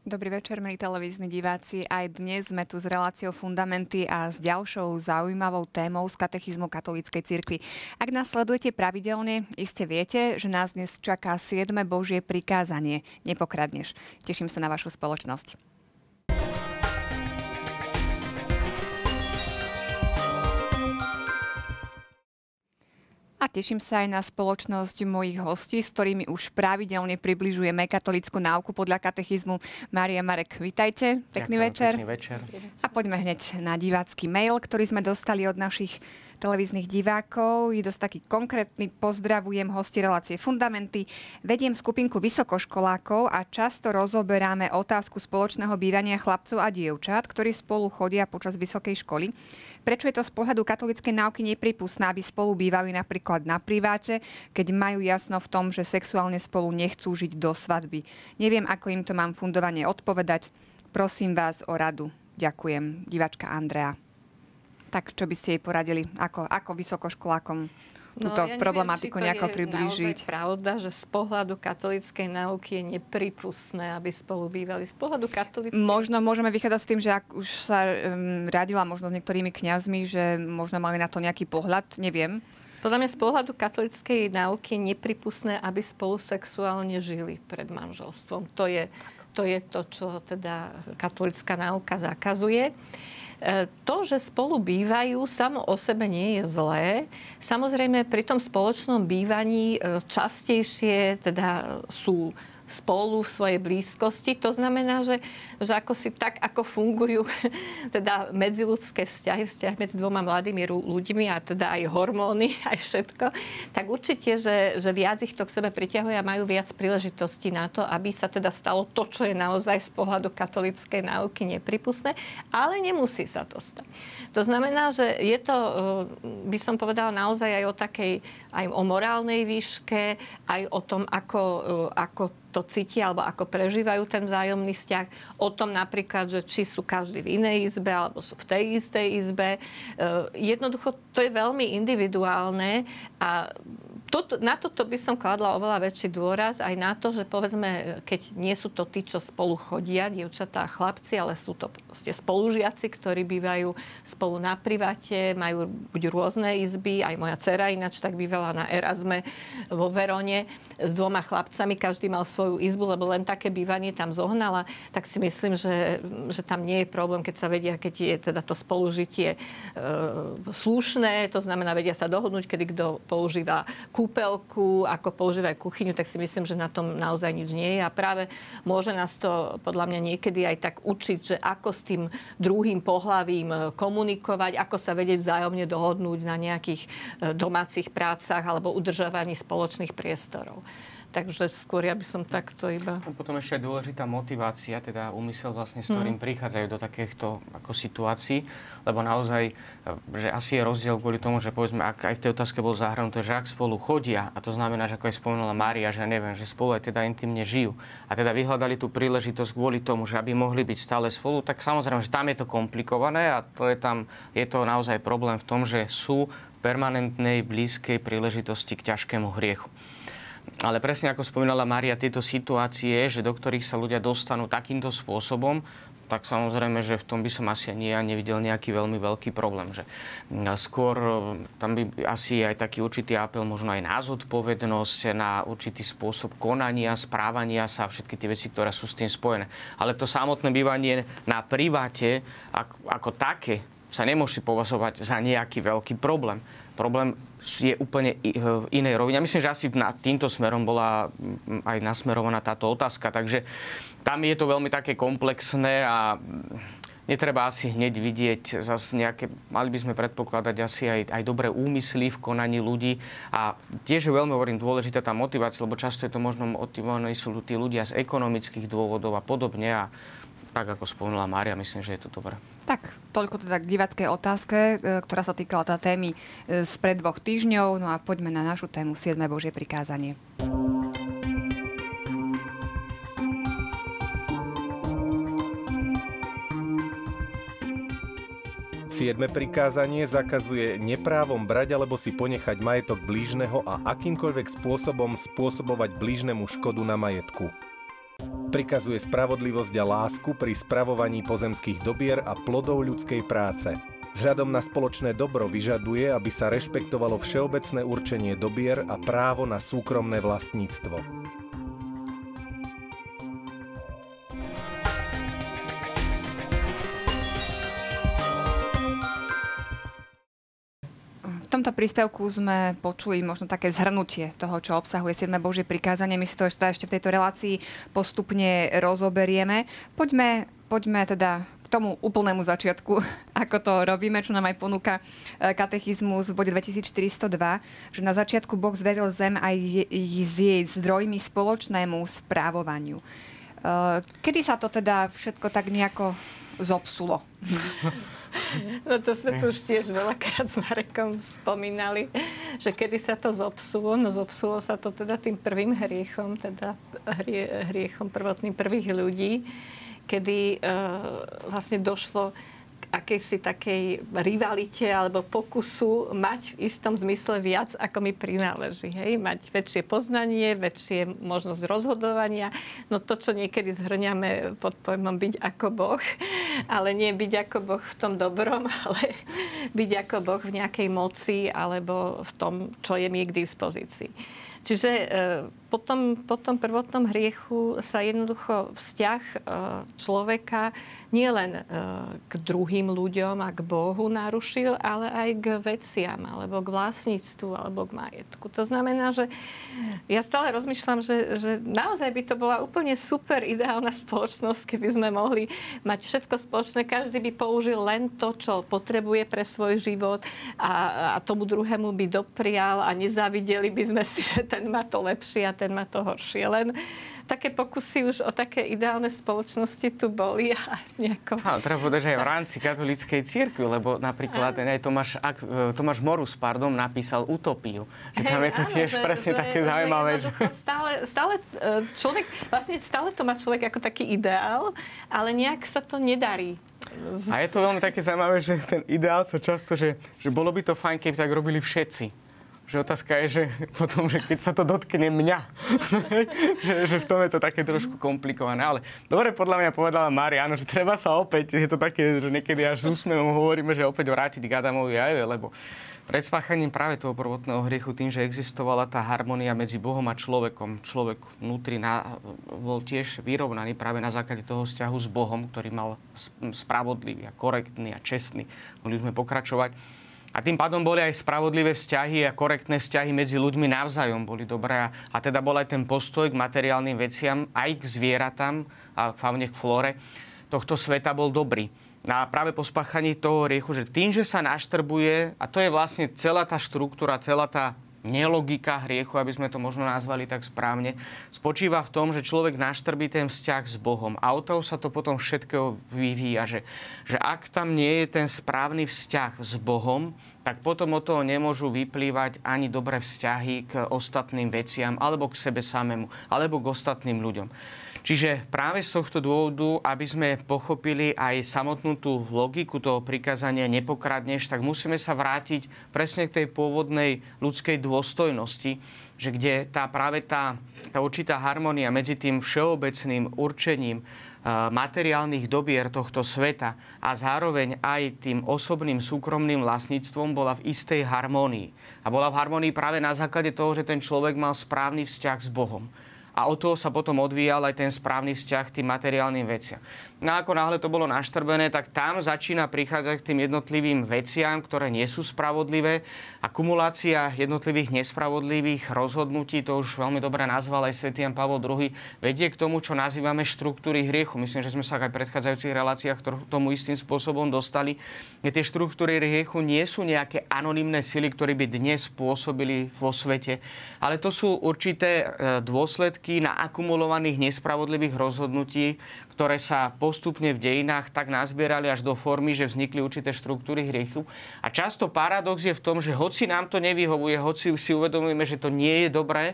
Dobrý večer, milí televízni diváci. Aj dnes sme tu s reláciou Fundamenty a s ďalšou zaujímavou témou z katechizmu katolíckej cirkvi. Ak nás sledujete pravidelne, iste viete, že nás dnes čaká 7. Božie prikázanie. Nepokradneš. Teším sa na vašu spoločnosť. A teším sa aj na spoločnosť mojich hostí, s ktorými už pravidelne približujeme katolícku náuku podľa katechizmu. Mária, Marek, vitajte. Pekný večer. Pekný večer. A poďme hneď na divácky mail, ktorý sme dostali od našich televíznych divákov. Je dosť taký konkrétny. Pozdravujem hosti relácie Fundamenty. Vediem skupinku vysokoškolákov a často rozoberáme otázku spoločného bývania chlapcov a dievčat, ktorí spolu chodia počas vysokej školy. Prečo je to z pohľadu katolíckej náuky nepripustné, aby spolu bývali napríklad na priváte, keď majú jasno v tom, že sexuálne spolu nechcú žiť do svadby? Neviem, ako im to mám fundovane odpovedať. Prosím vás o radu. Ďakujem. Diváčka Andrea. Tak, čo by ste jej poradili? Ako vysokoškolákom túto problematiku nejako priblížiť? Je pravda, že z pohľadu katolíckej náuky je nepripustné, aby spolu bývali. Z pohľadu katolíckej... Možno môžeme vychádzať s tým, že ak už sa radila možno s niektorými kňazmi, že možno mali na to nejaký pohľad, neviem. Podľa mňa z pohľadu katolíckej náuky je nepripustné, aby spolu sexuálne žili pred manželstvom. To je to, čo teda katolícka náuka zakazuje. To, že spolu bývajú, samo o sebe nie je zlé. Samozrejme, pri tom spoločnom bývaní častejšie teda sú spolu v svojej blízkosti. To znamená, že ako si tak, ako fungujú teda medziľudské vzťah medzi dvoma mladými ľuďmi a teda aj hormóny, aj všetko, tak určite, že viac ich to k sebe priťahuje a majú viac príležitostí na to, aby sa teda stalo to, čo je naozaj z pohľadu katolíckej náuky nepripustné, ale nemusí sa to stať. To znamená, že je to, by som povedala, naozaj aj o takej, aj o morálnej výške, aj o tom, ako to cítia alebo ako prežívajú ten vzájomný vzťah. O tom napríklad, že či sú každý v inej izbe alebo sú v tej istej izbe. Jednoducho to je veľmi individuálne a na toto by som kladla oveľa väčší dôraz aj na to, že povedzme, keď nie sú to tí, čo spolu chodia, dievčatá a chlapci, ale sú to proste spolužiaci, ktorí bývajú spolu na priváte, majú buď rôzne izby, aj moja dcera ináč tak bývala na Erasme vo Verone s 2 chlapcami, každý mal svoju izbu, lebo len také bývanie tam zohnala, tak si myslím, že tam nie je problém, keď sa vedia, keď je teda to spolužitie slušné, to znamená, vedia sa dohodnúť, kedy kto používa kúpeľku, ako používajú kuchyňu, tak si myslím, že na tom naozaj nič nie je. A práve môže nás to podľa mňa niekedy aj tak učiť, že ako s tým druhým pohlavím komunikovať, ako sa vedieť vzájomne dohodnúť na nejakých domácich prácach alebo udržovaní spoločných priestorov. Takže skôr ja by som takto iba... Potom ešte je dôležitá motivácia, teda úmysel vlastne, s ktorým prichádzajú do takýchto ako situácií, lebo naozaj, že asi je rozdiel kvôli tomu, že povedzme, ak aj v tej otázke bol zahrnuté, že ak spolu chodia, a to znamená, že ako aj spomenula Mária, že neviem, že spolu aj teda intimne žijú, a teda vyhľadali tú príležitosť kvôli tomu, že aby mohli byť stále spolu, tak samozrejme, že tam je to komplikované a je to naozaj problém v tom, že sú v permanentnej blízkej príležitosti k ťažkému hriechu. Ale presne ako spomínala Mária, tieto situácie, že do ktorých sa ľudia dostanú takýmto spôsobom, tak samozrejme, že v tom by som asi ja nevidel nejaký veľmi veľký problém. Že skôr tam by asi aj taký určitý apel možno aj na zodpovednosť, na určitý spôsob konania, správania sa, všetky tie veci, ktoré sú s tým spojené. Ale to samotné bývanie na priváte ako také sa nemôže považovať za nejaký veľký problém. Problém je úplne v inej rovine. Myslím, že asi týmto smerom bola aj nasmerovaná táto otázka. Takže tam je to veľmi také komplexné a netreba asi hneď vidieť zase nejaké, mali by sme predpokladať asi aj dobré úmysly v konaní ľudí. A tiež je veľmi, hovorím, dôležitá tá motivácia, lebo často je to možno motivovaní sú tí ľudia z ekonomických dôvodov a podobne. A tak, ako spomenula Mária, myslím, že je to dobré. Tak, toľko teda k diváckej otázke, ktorá sa týkala tá témy spred 2 týždňov. No a poďme na našu tému 7. Božie prikázanie. Siedme prikázanie zakazuje neprávom brať alebo si ponechať majetok blížneho a akýmkoľvek spôsobom spôsobovať blížnemu škodu na majetku. Prikazuje spravodlivosť a lásku pri spravovaní pozemských dobier a plodov ľudskej práce. Vzhľadom na spoločné dobro vyžaduje, aby sa rešpektovalo všeobecné určenie dobier a právo na súkromné vlastníctvo. V tomto príspevku sme počuli možno také zhrnutie toho, čo obsahuje 7. Božie prikázanie. My si to ešte v tejto relácii postupne rozoberieme. Poďme teda k tomu úplnému začiatku, ako to robíme, čo nám aj ponúka katechizmus v bode 2402, že na začiatku Boh zveril zem aj s jej zdrojmi spoločnému správovaniu. Kedy sa to teda všetko tak nejako zopsulo? No to sme tu už tiež veľakrát s Marekom spomínali, že kedy sa to zopsulo. No zopsulo sa to teda tým prvým hriechom, teda hriechom prvotným prvých ľudí, kedy vlastne došlo k akejsi takej rivalite alebo pokusu mať v istom zmysle viac, ako mi prináleží. Hej? Mať väčšie poznanie, väčšie možnosť rozhodovania. No to, čo niekedy zhrňame pod pojmom byť ako Boh, ale nie byť ako Boh v tom dobrom, ale byť ako Boh v nejakej moci alebo v tom, čo je mi k dispozícii. Čiže po tom prvotnom hriechu sa jednoducho vzťah človeka nielen k druhým ľuďom a k Bohu narušil, ale aj k veciam, alebo k vlastníctvu, alebo k majetku. To znamená, že ja stále rozmýšľam, že naozaj by to bola úplne super ideálna spoločnosť, keby sme mohli mať všetko spoločné. Každý by použil len to, čo potrebuje pre svoj život a tomu druhému by doprial a nezávideli by sme si, že ten má to lepšie a ten má to horšie. Len také pokusy už o také ideálne spoločnosti tu boli a nejako... Treba povedať, že aj v rámci katolíckej cirkvi, lebo napríklad Tomáš Morus napísal Utopiu. Tam je to tiež presne také zaujímavé. Stále to má človek ako taký ideál, ale nejak sa to nedarí. A je to veľmi také zaujímavé, že ten ideál sa často, že bolo by to fajn, keby tak robili všetci. Že otázka je, že potom, že keď sa to dotkne mňa, že v tom je to také trošku komplikované. Ale dobre, podľa mňa povedala Mária, áno, že treba sa opäť, je to také, že niekedy až s úsmevom hovoríme, že opäť vrátiť k Adamovi a Eve, lebo pred spáchaním práve toho prvotného hriechu tým, že existovala tá harmónia medzi Bohom a človekom. Človek vnútri bol tiež vyrovnaný práve na základe toho vzťahu s Bohom, ktorý mal spravodlivý a korektný a čestný. Mohli sme pokračovať. A tým pádom boli aj spravodlivé vzťahy a korektné vzťahy medzi ľuďmi navzájom boli dobré. A teda bol aj ten postoj k materiálnym veciam, aj k zvieratám a k faune, k flóre tohto sveta bol dobrý. A práve po spáchaní toho hriechu, že tým, že sa naštrbuje, a to je vlastne celá tá štruktúra, celá tá nelogika hriechu, aby sme to možno nazvali tak správne, spočíva v tom, že človek naštrbí ten vzťah s Bohom. A od toho sa to potom všetkého vyvíja, že ak tam nie je ten správny vzťah s Bohom, tak potom od toho nemôžu vyplývať ani dobré vzťahy k ostatným veciam, alebo k sebe samému, alebo k ostatným ľuďom. Čiže práve z tohto dôvodu, aby sme pochopili aj samotnú tú logiku toho prikázania nepokradneš, tak musíme sa vrátiť presne k tej pôvodnej ľudskej dôstojnosti, že kde práve tá určitá harmónia medzi tým všeobecným určením materiálnych dobier tohto sveta a zároveň aj tým osobným súkromným vlastníctvom bola v istej harmónii. A bola v harmónii práve na základe toho, že ten človek mal správny vzťah s Bohom. A od toho sa potom odvíjal aj ten správny vzťah k tým materiálnym veciam. No ako náhle to bolo naštrbené, tak tam začína prichádzať k tým jednotlivým veciam, ktoré nie sú spravodlivé. Akumulácia jednotlivých nespravodlivých rozhodnutí, to už veľmi dobre nazval aj svätý Ján Pavol II, vedie k tomu, čo nazývame štruktúry hriechu. Myslím, že sme sa aj v predchádzajúcich reláciách k tomu istým spôsobom dostali. Tie štruktúry hriechu nie sú nejaké anonymné sily, ktoré by dnes pôsobili vo svete, ale to sú určité dôsledky na akumulovaných nespravodlivých rozhodnutí, ktoré sa postupne v dejinách tak nazbierali až do formy, že vznikli určité štruktúry hriechu. A často paradox je v tom, že hoci nám to nevyhovuje, hoci si uvedomujeme, že to nie je dobré,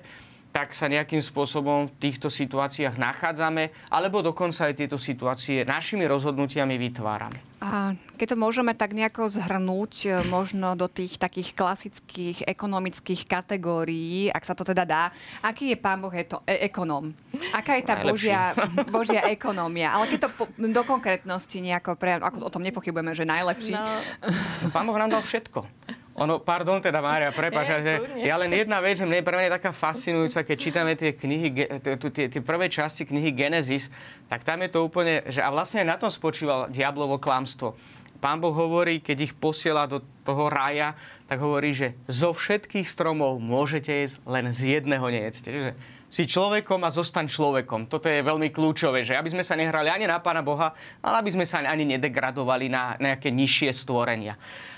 tak sa nejakým spôsobom v týchto situáciách nachádzame, alebo dokonca aj tieto situácie našimi rozhodnutiami vytvárame. A keď to môžeme tak nejako zhrnúť možno do tých takých klasických ekonomických kategórií, ak sa to teda dá, aký je Pán Boh ekonóm? Aká je tá Božia ekonómia? Ale keď to do konkrétnosti nejako, ako o tom nepochybujeme, že najlepší. No. Pán Boh nám dal všetko. Teda Mária, prepáč, že ja len jedna vec, že mne pre mňa je taká fascinujúca, keď čítame tie knihy, tie prvé časti knihy Genesis, tak tam je to úplne, že a vlastne aj na tom spočíval diablovo klamstvo. Pán Boh hovorí, keď ich posiela do toho raja, tak hovorí, že zo všetkých stromov môžete jesť, len z jedného nejedzte. Že si človekom a zostaň človekom. Toto je veľmi kľúčové, že aby sme sa nehrali ani na Pána Boha, ale aby sme sa ani nedegradovali na nejaké nižšie stvorenia.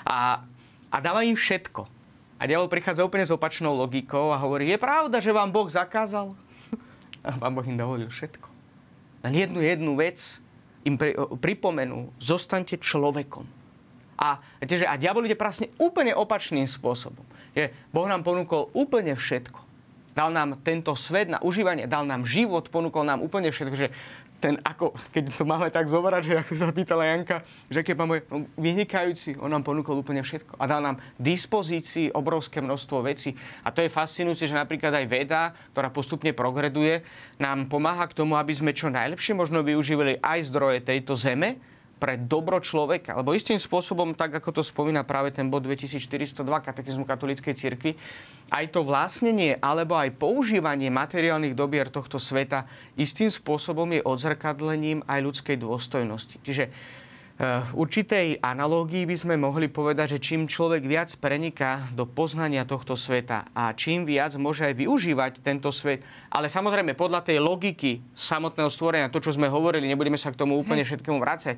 A dáva im všetko. A diabol prichádza úplne s opačnou logikou a hovorí, je pravda, že vám Boh zakázal? A Pán Boh im dovolil všetko. Len jednu vec im pripomenú, zostaňte človekom. A diabol ide presne úplne opačným spôsobom. Že Boh nám ponúkol úplne všetko. Dal nám tento svet na užívanie, dal nám život, ponúkol nám úplne všetko. Že keď to máme tak zobrať, že ako sa pýtala Janka, že keď Pán Boh je vynikajúci, on nám ponúkol úplne všetko. A dal nám dispozícii obrovské množstvo vecí. A to je fascinujúce, že napríklad aj veda, ktorá postupne progreduje, nám pomáha k tomu, aby sme čo najlepšie možno využívali aj zdroje tejto zeme pre dobro človeka. Lebo istým spôsobom, tak ako to spomína práve ten bod 2402 Katechizmu katolíckej cirkvi, aj to vlastnenie alebo aj používanie materiálnych dobier tohto sveta istým spôsobom je odzrkadlením aj ľudskej dôstojnosti. Čiže v určitej analógii by sme mohli povedať, že čím človek viac preniká do poznania tohto sveta a čím viac môže aj využívať tento svet, ale samozrejme podľa tej logiky samotného stvorenia, to, čo sme hovorili, nebudeme sa k tomu úplne všetkému vracať,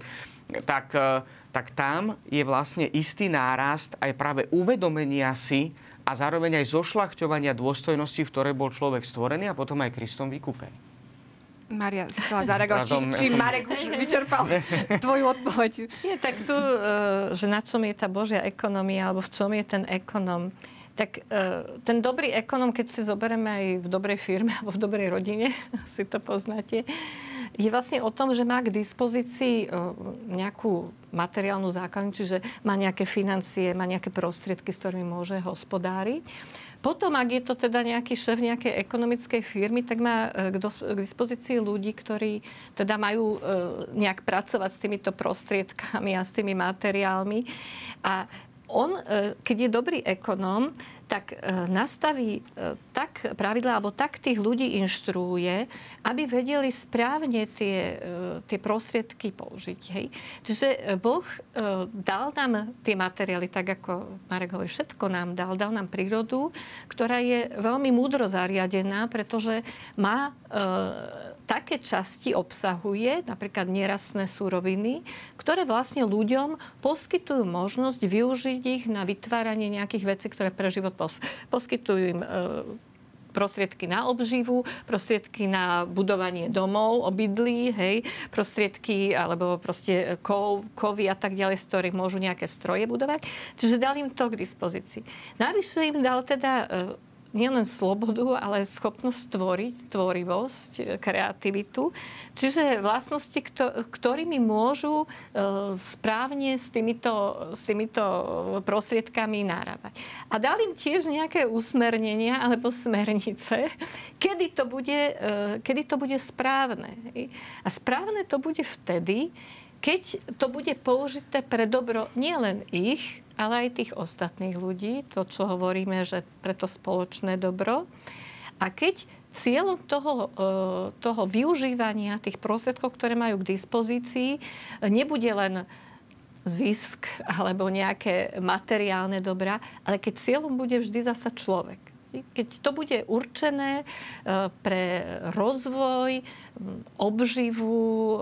tak tam je vlastne istý nárast aj práve uvedomenia si a zároveň aj zošľachťovania dôstojnosti, v ktorej bol človek stvorený a potom aj Kristom vykúpený. Mária, si chcela zareagovať, či Marek už vyčerpal tvoju odpoveď. Je tak tu, že na čom je tá Božia ekonomia, alebo v čom je ten ekonom. Tak ten dobrý ekonom, keď si zoberieme aj v dobrej firme alebo v dobrej rodine, si to poznáte, je vlastne o tom, že má k dispozícii nejakú materiálnu základňu, čiže má nejaké financie, má nejaké prostriedky, s ktorými môže hospodáriť. Potom, ak je to teda nejaký šéf nejakej ekonomickej firmy, tak má k dispozícii ľudí, ktorí teda majú nejak pracovať s týmito prostriedkami a s tými materiálmi. A on, keď je dobrý ekonóm, tak nastaví tak pravidlá, alebo tak tých ľudí inštruuje, aby vedeli správne tie prostriedky použiť. Hej. Čiže Boh dal nám tie materiály, tak ako Marek hovorí, všetko nám dal nám prírodu, ktorá je veľmi múdro zariadená, pretože má také časti obsahuje, napríklad nerastné suroviny, ktoré vlastne ľuďom poskytujú možnosť využiť ich na vytváranie nejakých vecí, ktoré pre život poskytujú im prostriedky na obživu, prostriedky na budovanie domov, obydlí, hej, prostriedky alebo proste kovy a tak ďalej, z ktorých môžu nejaké stroje budovať. Čiže dal im to k dispozícii. Navyše im dal teda nielen slobodu, ale schopnosť tvoriť, tvorivosť, kreativitu. Čiže vlastnosti, ktorými môžu správne s týmito prostriedkami narábať. A dal im tiež nejaké usmernenia alebo smernice, kedy to bude správne. A správne to bude vtedy, keď to bude použité pre dobro nielen ich, ale aj tých ostatných ľudí, to, čo hovoríme, že pre to spoločné dobro. A keď cieľom toho využívania tých prostriedkov, ktoré majú k dispozícii, nebude len zisk alebo nejaké materiálne dobrá, ale keď cieľom bude vždy zasa človek. Keď to bude určené pre rozvoj, obživu,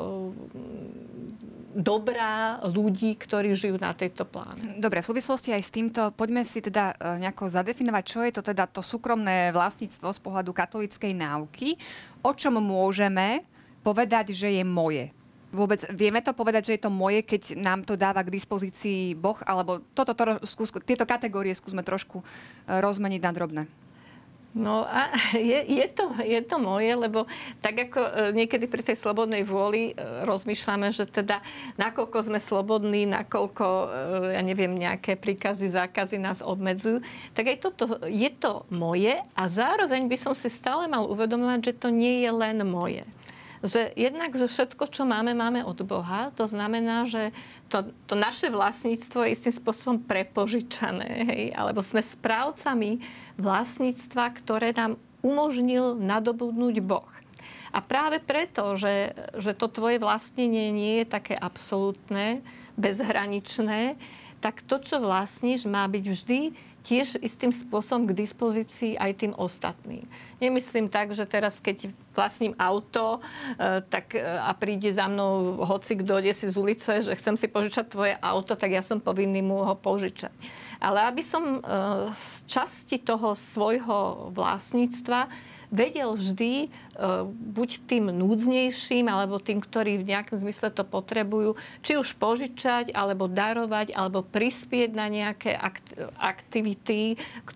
dobrá ľudí, ktorí žijú na tejto pláne. Dobre, v súvislosti aj s týmto, poďme si teda nejako zadefinovať, čo je to teda to súkromné vlastníctvo z pohľadu katolíckej náuky, o čom môžeme povedať, že je moje. Vôbec vieme to povedať, že je to moje, keď nám to dáva k dispozícii Boh, alebo tieto kategórie skúsme trošku rozmeniť na drobné. No a je to moje, lebo tak ako niekedy pri tej slobodnej vôli rozmýšľame, že teda nakoľko sme slobodní, nakoľko, ja neviem, nejaké príkazy, zákazy nás obmedzujú, tak aj toto je to moje a zároveň by som si stále mal uvedomovať, že to nie je len moje. Že jednak, že všetko, čo máme od Boha, to znamená, že to naše vlastníctvo je istým spôsobom prepožičané, hej? Alebo sme správcami vlastníctva, ktoré nám umožnil nadobudnúť Boh. A práve preto, že to tvoje vlastnenie nie je také absolútne, bezhraničné, tak to, čo vlastníš, má byť vždy tiež istým spôsobom k dispozícii aj tým ostatným. Nemyslím tak, že teraz, keď vlastním auto a príde za mnou hocik, dojde si z ulice, že chcem si požičať tvoje auto, tak ja som povinný mu ho požičať. Ale aby som z časti toho svojho vlastníctva vedel vždy buď tým núdznejším, alebo tým, ktorí v nejakom zmysle to potrebujú, či už požičať, alebo darovať, alebo prispieť na nejaké aktivity,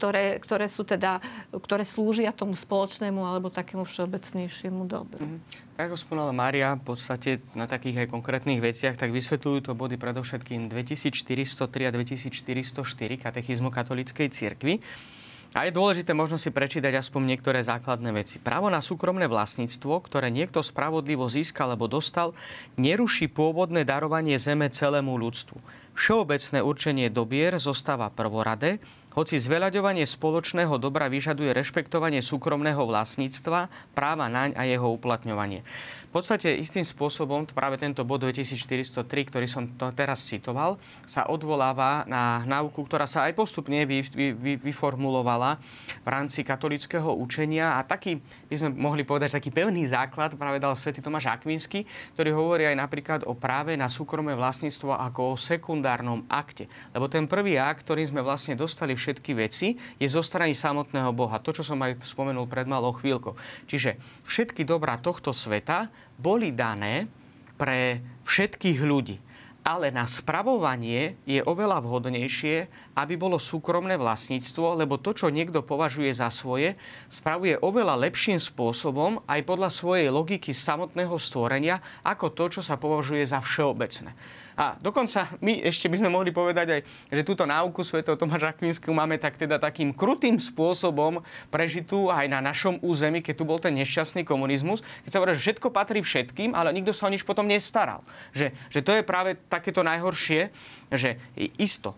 ktoré slúžia tomu spoločnému alebo takému všeobecnejšiemu dobru. Ako spomínala Mária, v podstate na takých aj konkrétnych veciach, tak vysvetľujú to body predovšetkým 2403 a 2404 katechizmu katolíckej cirkvi. A je dôležité možno si prečítať aspoň niektoré základné veci. Právo na súkromné vlastníctvo, ktoré niekto spravodlivo získal alebo dostal, neruší pôvodné darovanie zeme celému ľudstvu. Všeobecné určenie dobier zostáva prvoradé, hoci zveľaďovanie spoločného dobra vyžaduje rešpektovanie súkromného vlastníctva, práva naň a jeho uplatňovanie. V podstate istým spôsobom práve tento bod 2403, ktorý som to teraz citoval, sa odvoláva na náuku, ktorá sa aj postupne vyformulovala v rámci katolického učenia a taký, by sme mohli povedať, taký pevný základ práve dal svätý Tomáš Akvinský, ktorý hovorí aj napríklad o práve na súkromné vlastníctvo ako o sekundárnom akte. Lebo ten prvý akt, ktorý sme vlastne dostali všetky veci, je zo strany samotného Boha. To, čo som aj spomenul pred malou chvíľkou. Čiže všetky dobrá tohto sveta boli dané pre všetkých ľudí. Ale na spravovanie je oveľa vhodnejšie, aby bolo súkromné vlastníctvo, lebo to, čo niekto považuje za svoje, spravuje oveľa lepším spôsobom aj podľa svojej logiky samotného stvorenia, ako to, čo sa považuje za všeobecné. A dokonca my ešte by sme mohli povedať aj, že túto náuku svätého Tomáša Akvinského máme takým krutým spôsobom prežitú aj na našom území, keď tu bol ten nešťastný komunizmus, keď sa hovorí, že všetko patrí všetkým, ale nikto sa o nič potom nestaral. Že to je práve takéto najhoršie, že isto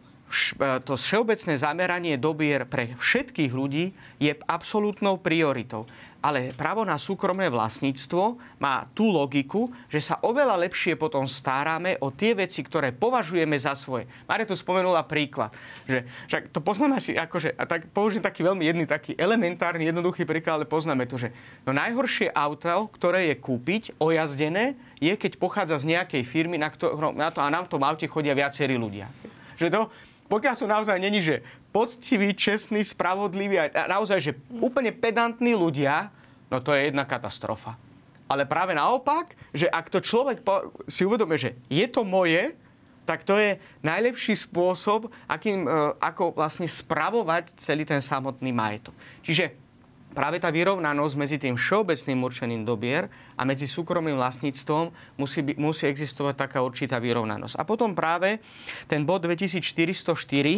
to všeobecné zameranie dobier pre všetkých ľudí je absolútnou prioritou. Ale právo na súkromné vlastníctvo má tú logiku, že sa oveľa lepšie potom staráme o tie veci, ktoré považujeme za svoje. Mária tu spomenula príklad, že však to poznáme si akože, a tak použijem taký veľmi taký elementárny, jednoduchý príklad, ale poznáme to, že no najhoršie auto, ktoré je kúpiť, ojazdené, je, keď pochádza z nejakej firmy, a na tom aute chodia viacerí ľudia. Že to, pokiaľ sú naozaj není, že poctiví, čestní, spravodliví a naozaj, že úplne pedantní ľudia, no to je jedna katastrofa. Ale práve naopak, že ak to človek si uvedomí, že je to moje, tak to je najlepší spôsob, ako vlastne spravovať celý ten samotný majetok. Čiže práve tá vyrovnanosť medzi tým všeobecným určením dobier a medzi súkromným vlastníctvom musí existovať taká určitá vyrovnanosť. A potom práve ten bod 2404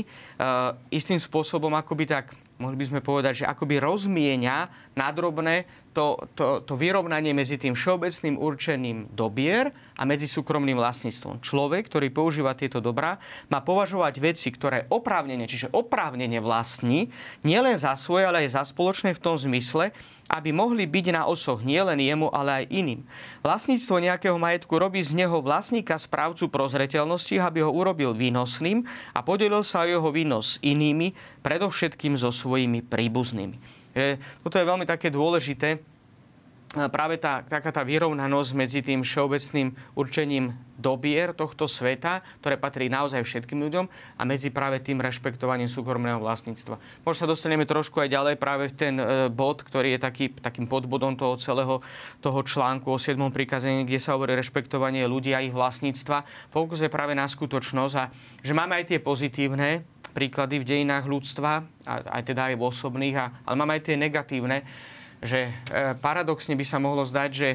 istým spôsobom akoby tak, mohli by sme povedať, že akoby rozmienia nadrobné to vyrovnanie medzi tým všeobecným určením dobier a medzi súkromným vlastníctvom. Človek, ktorý používa tieto dobrá, má považovať veci, ktoré oprávnene vlastní, nielen za svoje, ale aj za spoločné v tom zmysle, aby mohli byť na osoch nielen jemu, ale aj iným. Vlastníctvo nejakého majetku robí z neho vlastníka správcu prozreteľnosti, aby ho urobil výnosným a podelil sa o jeho výnos s inými, predovšetkým so svojimi príbuznými. Toto je veľmi také dôležité, práve taká tá vyrovnanosť medzi tým všeobecným určením dobier tohto sveta, ktoré patrí naozaj všetkým ľuďom, a medzi práve tým rešpektovaním súkromného vlastníctva. Možno sa dostaneme trošku aj ďalej práve v ten bod, ktorý je takým podbodom toho celého toho článku o 7. prikazení, kde sa hovorí rešpektovanie ľudí a ich vlastníctva. Poukazuje práve na skutočnosť, a že máme aj tie pozitívne príklady v dejinách ľudstva, aj teda aj v osobných, ale máme aj tie negatívne, že paradoxne by sa mohlo zdať, že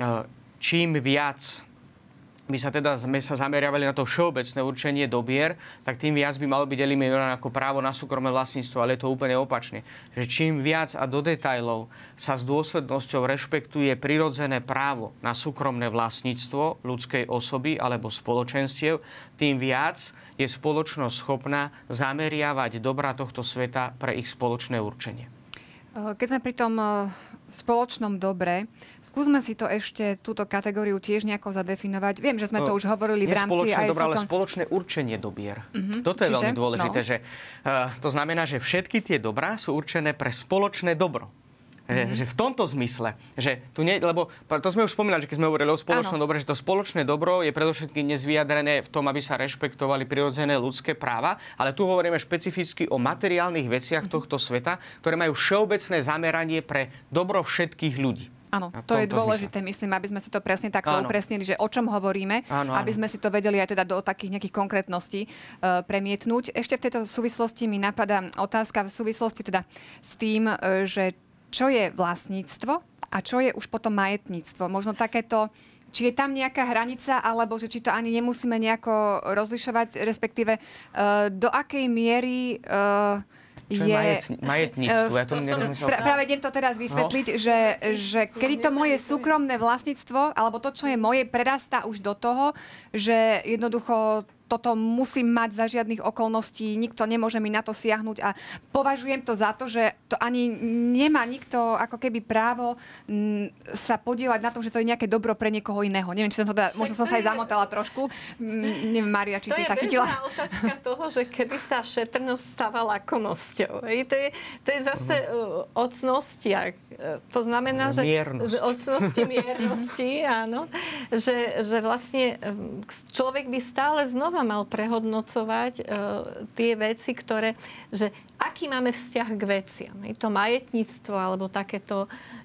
čím viac by sa teda sme sa zameriavali na to všeobecné určenie dobier, tak tým viac by malo byť eliminované ako právo na súkromné vlastníctvo, ale je to úplne opačne. Že čím viac a do detailov sa s dôslednosťou rešpektuje prirodzené právo na súkromné vlastníctvo ľudskej osoby alebo spoločenstiev, tým viac je spoločnosť schopná zameriavať dobrá tohto sveta pre ich spoločné určenie. Keď sme pri tom spoločnom dobre, skúsme si to ešte, túto kategóriu tiež nejako zadefinovať. Viem, že sme to už hovorili v rámci aj dobre, ale spoločné určenie dobier. Toto je veľmi dôležité, že to znamená, že všetky tie dobrá sú určené pre spoločné dobro. Že v tomto zmysle, že tu nie, lebo to sme už spomínali, že keď sme hovorili o spoločnom dobre, že to spoločné dobro je predovšetkým dnes vyjadrené v tom, aby sa rešpektovali prirodzené ľudské práva, ale tu hovoríme špecificky o materiálnych veciach tohto sveta, ktoré majú všeobecné zameranie pre dobro všetkých ľudí. Áno, to je dôležité, myslím, aby sme si to presne takto upresnili, že o čom hovoríme, aby sme si to vedeli aj teda do takých nejakých konkrétností premietnúť. Ešte v tejto súvislosti mi napadá otázka v súvislosti teda s tým, že čo je vlastníctvo a čo je už potom majetníctvo. Možno takéto, či je tam nejaká hranica, alebo že či to ani nemusíme nejako rozlišovať, respektíve do akej miery čo je majetníctvo? Ja to práve idem to teraz vysvetliť, že kedy to moje súkromné vlastníctvo, alebo to, čo je moje, prerastá už do toho, že jednoducho toto musím mať za žiadnych okolností, nikto nemôže mi na to siahnuť a považujem to za to, že to ani nemá nikto ako keby právo sa podieľať na tom, že to je nejaké dobro pre niekoho iného. Neviem, či som to teda, možno som sa aj zamotala trošku. Neviem, Mária, či si sa chytila. To je otázka toho, že kedy sa šetrnosť stáva lakomosťou. To je zase o cnostiach. To znamená, že o cnosti, miernosti, áno. Že vlastne človek by stále znova mal prehodnocovať tie veci, že aký máme vzťah k veciam. To majetníctvo, alebo takéto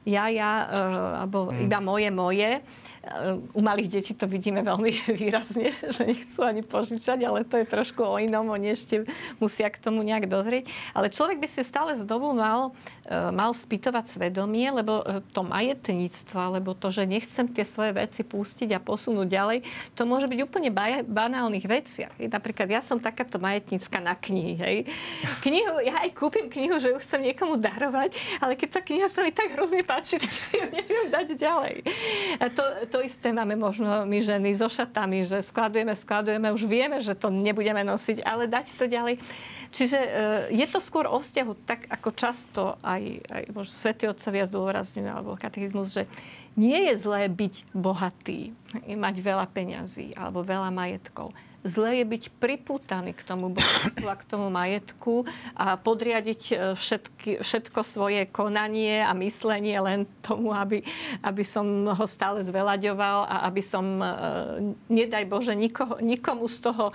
alebo iba moje. U malých detí to vidíme veľmi výrazne, že nechcú ani požičať, ale to je trošku o inom, oni ešte musia k tomu nejak dozrieť. Ale človek by si stále znovu mal spýtovať svedomie, lebo to majetníctvo, alebo to, že nechcem tie svoje veci pustiť a posunúť ďalej, to môže byť úplne banálnych veciach. Napríklad ja som takáto majetnícka na knihy. Hej. Ja aj kúpim knihu, že ju chcem niekomu darovať, ale keď tá kniha sa mi tak hrozne páči, tak ju neviem dať ďalej. To isté máme možno my ženy so šatami, že skladujeme, už vieme, že to nebudeme nosiť, ale dať to ďalej. Čiže je to skôr o vzťahu, tak ako často aj možno svätí otcovia zdôrazňujú, alebo katechizmus, že nie je zlé byť bohatý, mať veľa peňazí alebo veľa majetkov. Zlé je byť pripútaný k tomu bohatstvu a k tomu majetku a podriadiť všetko svoje konanie a myslenie len tomu, aby som ho stále zveľaďoval a aby som, nedaj Bože, nikomu z toho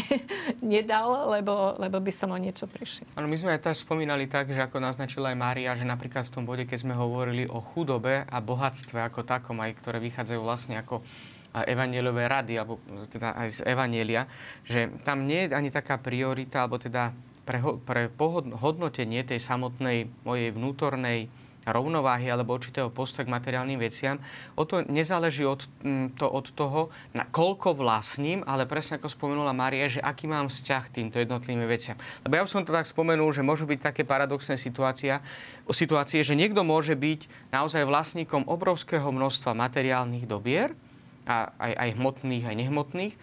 nedal, lebo by som o niečo prišiel. Ale my sme aj tak spomínali tak, že ako naznačila aj Mária, že napríklad v tom bode, keď sme hovorili o chudobe a bohatstve ako takom, aj ktoré vychádzajú vlastne ako evanjeliové rady, alebo teda aj z evanjelia, že tam nie je ani taká priorita, alebo teda pre hodnotenie tej samotnej mojej vnútornej rovnováhy alebo určitého postoja k materiálnym veciam. O to nezáleží od toho, na koľko vlastním, ale presne ako spomenula Mária, že aký mám vzťah k týmto jednotlivým veciam. Lebo ja už som to tak spomenul, že môžu byť také paradoxné situácie, že niekto môže byť naozaj vlastníkom obrovského množstva materiálnych dobier, a aj hmotných, aj nehmotných.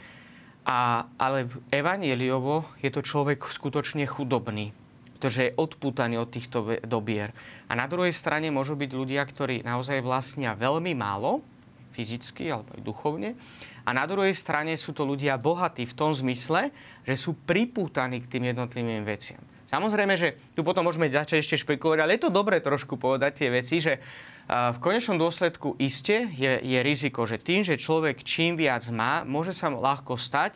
Ale evanjeliovo je to človek skutočne chudobný, pretože je odpútaný od týchto dobier. A na druhej strane môžu byť ľudia, ktorí naozaj vlastnia veľmi málo, fyzicky alebo aj duchovne. A na druhej strane sú to ľudia bohatí v tom zmysle, že sú pripútaní k tým jednotlivým veciam. Samozrejme, že tu potom môžeme začať ešte špekulovať, ale je to dobré trošku povedať tie veci, že v konečnom dôsledku iste je riziko, že tým, že človek čím viac má, môže sa ľahko stať,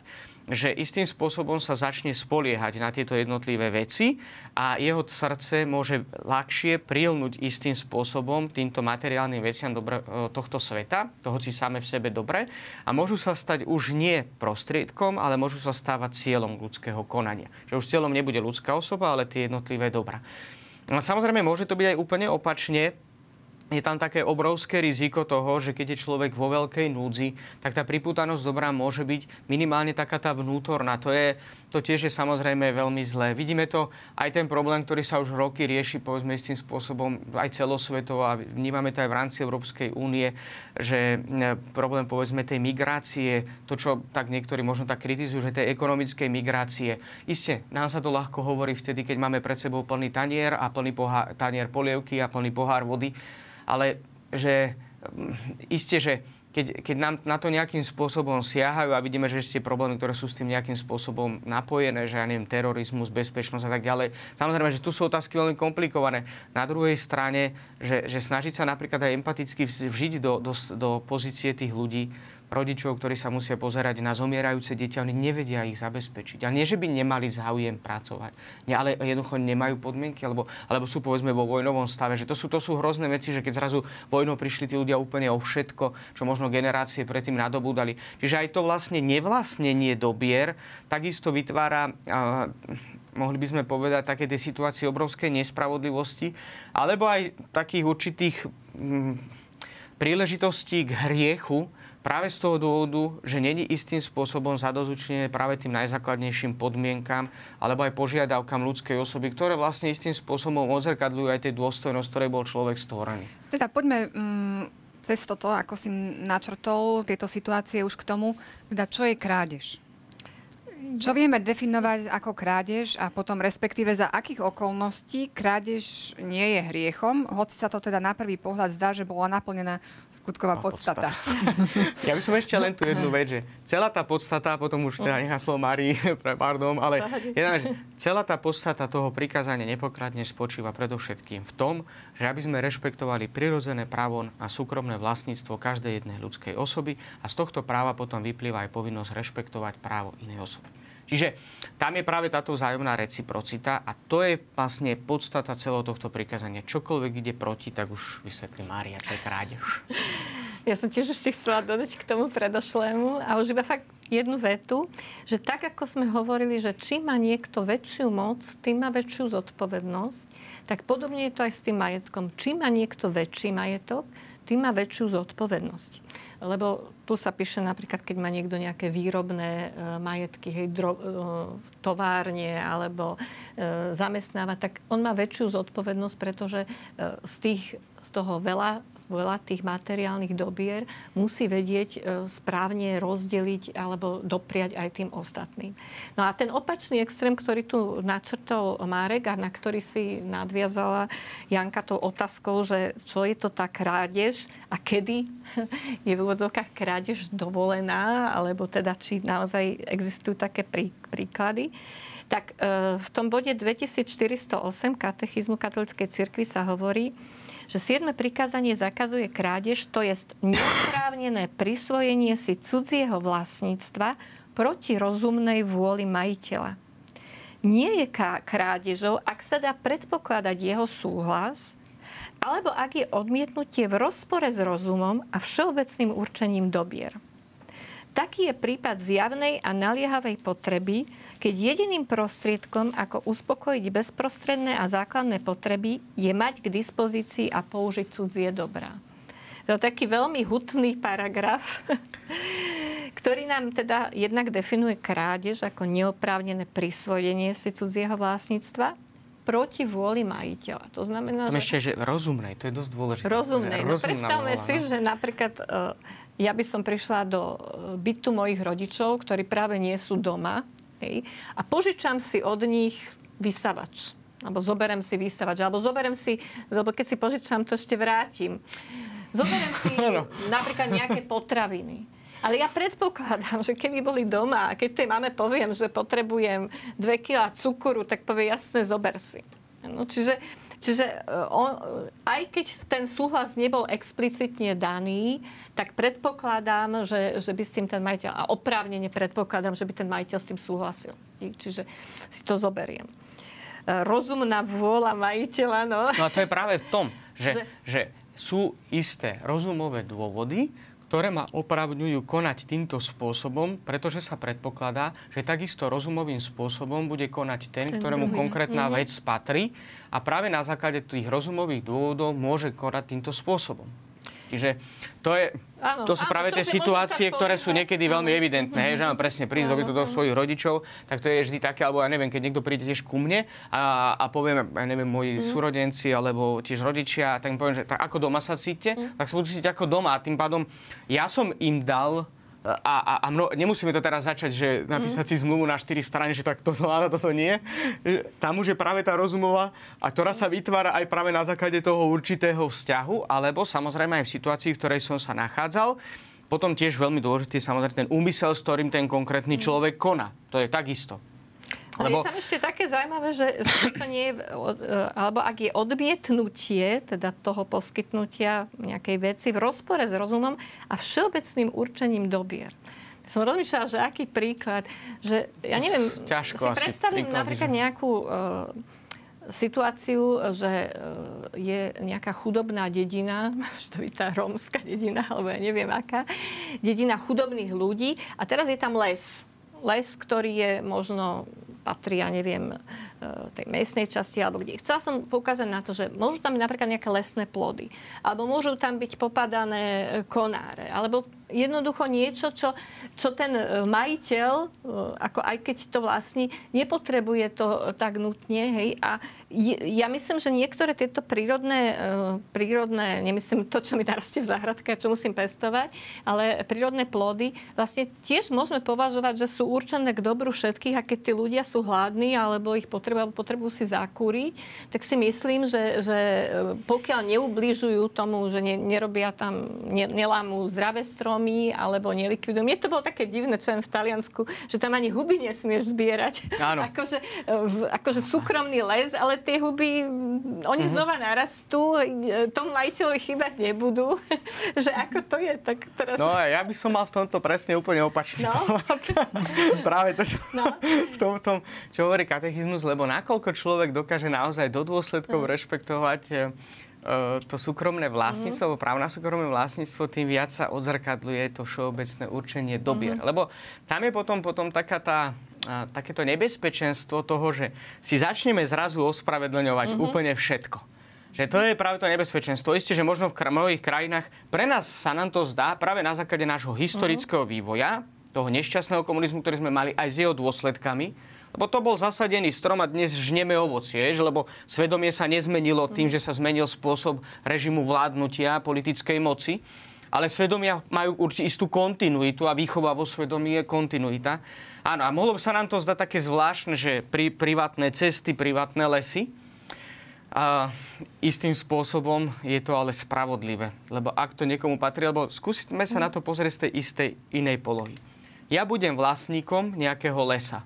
že istým spôsobom sa začne spoliehať na tieto jednotlivé veci a jeho srdce môže ľahšie prilnúť istým spôsobom týmto materiálnym veciam tohto sveta, to hoci same v sebe dobre, a môžu sa stať už nie prostriedkom, ale môžu sa stávať cieľom ľudského konania. Že už cieľom nebude ľudská osoba, ale tie jednotlivé dobra. A samozrejme, môže to byť aj úplne opačne. Je tam také obrovské riziko toho, že keď je človek vo veľkej núdzi, tak tá pripútanosť dobrá môže byť minimálne taká tá vnútorná. To tiež je samozrejme veľmi zlé. Vidíme to aj ten problém, ktorý sa už roky rieši, povedzme istým spôsobom aj celosvetovo a vnímame to aj v rámci Európskej únie, že problém povedzme tej migrácie, to čo tak niektorí možno tak kritizujú, že tej ekonomickej migrácie. Isté, nám sa to ľahko hovorí vtedy, keď máme pred sebou plný tanier a plný tanier polievky a plný pohár vody. Ale že isté, že keď nám na to nejakým spôsobom siahajú a vidíme, že tie problémy, ktoré sú s tým nejakým spôsobom napojené, že ja neviem, terorizmus, bezpečnosť a tak ďalej. Samozrejme, že tu sú otázky veľmi komplikované. Na druhej strane, že snažiť sa napríklad aj empaticky vžiť do pozície tých ľudí, rodičov, ktorí sa musia pozerať na zomierajúce deti, oni nevedia ich zabezpečiť. Ale nie, že by nemali záujem pracovať, ale jednoducho nemajú podmienky, alebo sú povedzme vo vojnovom stave. Že to sú hrozné veci, že keď zrazu vojnou prišli tí ľudia úplne o všetko, čo možno generácie predtým nadobúdali. Čiže aj to vlastne nevlastnenie dobier takisto vytvára mohli by sme povedať, také tie situácie obrovskej nespravodlivosti, alebo aj takých určitých príležitostí k hriechu, práve z toho dôvodu, že není istým spôsobom zadozučinené práve tým najzákladnejším podmienkam alebo aj požiadavkám ľudskej osoby, ktoré vlastne istým spôsobom odzrkadľujú aj tej dôstojnosť, ktorej bol človek stvorený. Teda poďme cez toto, ako si načrtol tieto situácie už k tomu, teda čo je krádež? Čo vieme definovať ako krádež a potom respektíve za akých okolností krádež nie je hriechom, hoci sa to teda na prvý pohľad zdá, že bola naplnená skutková podstata. Ja by som ešte len tu jednu vec, že celá tá podstata, potom už teda nechá slovo Márii, pardon, ale že celá tá podstata toho prikázania nepokradne spočíva predovšetkým v tom, že aby sme rešpektovali prirodzené právo na súkromné vlastníctvo každej jednej ľudskej osoby a z tohto práva potom vyplýva aj povinnosť rešpektovať právo inej osoby. Čiže tam je práve táto vzájomná reciprocita a to je vlastne podstata celého tohto prikázania. Čokoľvek ide proti, tak už vysvetlí Mária, čo je krádež. Ja som tiež ešte chcela dodať k tomu predošlému a už iba fakt jednu vetu, že tak, ako sme hovorili, že čím má niekto väčšiu moc, tým má väčšiu zodpovednosť, tak podobne je to aj s tým majetkom. Čím má niekto väčší majetok, tým má väčšiu zodpovednosť. Lebo tu sa píše napríklad, keď má niekto nejaké výrobné majetky, továrne alebo zamestnáva, tak on má väčšiu zodpovednosť, pretože z toho veľa tých materiálnych dobier musí vedieť správne rozdeliť alebo dopriať aj tým ostatným. No a ten opačný extrém, ktorý tu načrtol Marek a na ktorý si nadviazala Janka tou otázkou, že čo je to tá krádež a kedy je v úvodzovkách krádež dovolená, alebo teda či naozaj existujú také príklady. Tak v tom bode 2408 katechizmu katolíckej cirkvi sa hovorí, že 7. prikázanie zakazuje krádež, to je neoprávnené prisvojenie si cudzieho vlastníctva proti rozumnej vôli majiteľa. Nie je krádežou, ak sa dá predpokladať jeho súhlas, alebo ak je odmietnutie v rozpore s rozumom a všeobecným určením dobier. Taký je prípad zjavnej a naliehavej potreby, keď jediným prostriedkom, ako uspokojiť bezprostredné a základné potreby, je mať k dispozícii a použiť cudzie dobrá. To je taký veľmi hutný paragraf, ktorý nám teda jednak definuje krádež ako neoprávnené prisvojenie si cudzieho vlastníctva proti vôli majiteľa. To znamená, ešte, že rozumnej, to je dosť dôležité. Rozumnej. No predstavme si, že napríklad ja by som prišla do bytu mojich rodičov, ktorí práve nie sú doma, a požičam si od nich vysavač. Alebo zoberem si vysavač. Alebo zoberem si, lebo keď si požičam, to ešte vrátim. Zoberem si napríklad nejaké potraviny. Ale ja predpokladám, že keby boli doma a keď tej mame poviem, že potrebujem 2 kg cukru, tak povie jasne, zober si. No, čiže Čiže aj keď ten súhlas nebol explicitne daný, tak predpokladám, že by s tým ten majiteľ, a oprávnene predpokladám, že by ten majiteľ s tým súhlasil. Čiže si to zoberiem. Rozumná vôľa majiteľa, no. No a to je práve v tom, že sú isté rozumové dôvody, ktoré ma opravňujú konať týmto spôsobom, pretože sa predpokladá, že takisto rozumovým spôsobom bude konať ten ktorému konkrétna vec patrí a práve na základe tých rozumových dôvodov môže konať týmto spôsobom. Čiže to sú práve tie situácie, ktoré sú niekedy veľmi evidentné. Že mám presne prísť do svojich rodičov, tak to je vždy také, alebo ja neviem, keď niekto príde tiež ku mne a poviem, ja neviem, moji súrodenci alebo tiež rodičia, tak mi poviem, že tak ako doma sa cítite, tak sa budú cítiť ako doma. A tým pádom ja som im dal nemusíme to teraz začať, že napísať si zmluvu na 4 strany, že tak toto áno, toto nie. Tam už je práve tá rozumová, a ktorá sa vytvára aj práve na základe toho určitého vzťahu, alebo samozrejme aj v situácii, v ktorej som sa nachádzal. Potom tiež veľmi dôležitý je samozrejme ten úmysel, s ktorým ten konkrétny človek koná. To je takisto. Ale je tam ešte také zaujímavé, že to nie je, alebo ak je odmietnutie teda toho poskytnutia nejakej veci v rozpore s rozumom a všeobecným určením dobier. Som rozmýšľala, že aký príklad, že ja neviem, ťažko si predstavím napríklad nejakú situáciu, že je nejaká chudobná dedina, že to je tá rómska dedina, alebo ja neviem aká, dedina chudobných ľudí a teraz je tam les. Les, ktorý je možno patrí, ja neviem, tej miestnej časti, alebo kde. Chcela som poukázať na to, že môžu tam byť napríklad nejaké lesné plody, alebo môžu tam byť popadané konáre, alebo jednoducho niečo, čo ten majiteľ, ako aj keď to vlastní, nepotrebuje to tak nutne, hej. A ja myslím, že niektoré tieto prírodné, nemyslím to, čo mi narastie v záhradke, čo musím pestovať, ale prírodné plody vlastne tiež môžeme považovať, že sú určené k dobru všetkých a keď tí ľudia sú hladní alebo ich potrebujú si zakúriť, tak si myslím, že pokiaľ neubližujú tomu, že nerobia tam, nelámú zdravé stromy alebo nelikvidujú. Mne to bolo také divné, čo v Taliansku, že tam ani huby nesmieš zbierať. Áno. Akože súkromný les, ale tie huby, oni znova narastú, tomu majiteľovi chýbať nebudú. Že ako to je, tak teraz... No ja by som mal v tomto presne úplne opačný pohľad. Práve to, v tom, čo hovorí katechizmus, lebo nakoľko človek dokáže naozaj do dôsledkov rešpektovať to súkromné vlastníctvo, alebo právo na súkromné vlastníctvo, tým viac sa odzrkadľuje to všeobecné určenie dobier. Lebo tam je potom takéto nebezpečenstvo toho, že si začneme zrazu ospravedlňovať úplne všetko. Že to je práve to nebezpečenstvo. Isté, že možno v mnohých krajinách pre nás sa nám to zdá práve na základe nášho historického vývoja, toho nešťastného komunizmu, ktorý sme mali aj s jeho dôsledkami, lebo to bol zasadený strom a dnes žneme ovocie, lebo svedomie sa nezmenilo tým, že sa zmenil spôsob režimu vládnutia politickej moci, ale svedomia majú istú kontinuitu a výchova vo svedomí je kontinuita. Áno, a mohlo by sa nám to zdať také zvláštne, že privátne cesty, privátne lesy, a istým spôsobom je to ale spravodlivé. Lebo ak to niekomu patrí, lebo skúsime sa na to pozrieť z tej istej inej polohy. Ja budem vlastníkom nejakého lesa.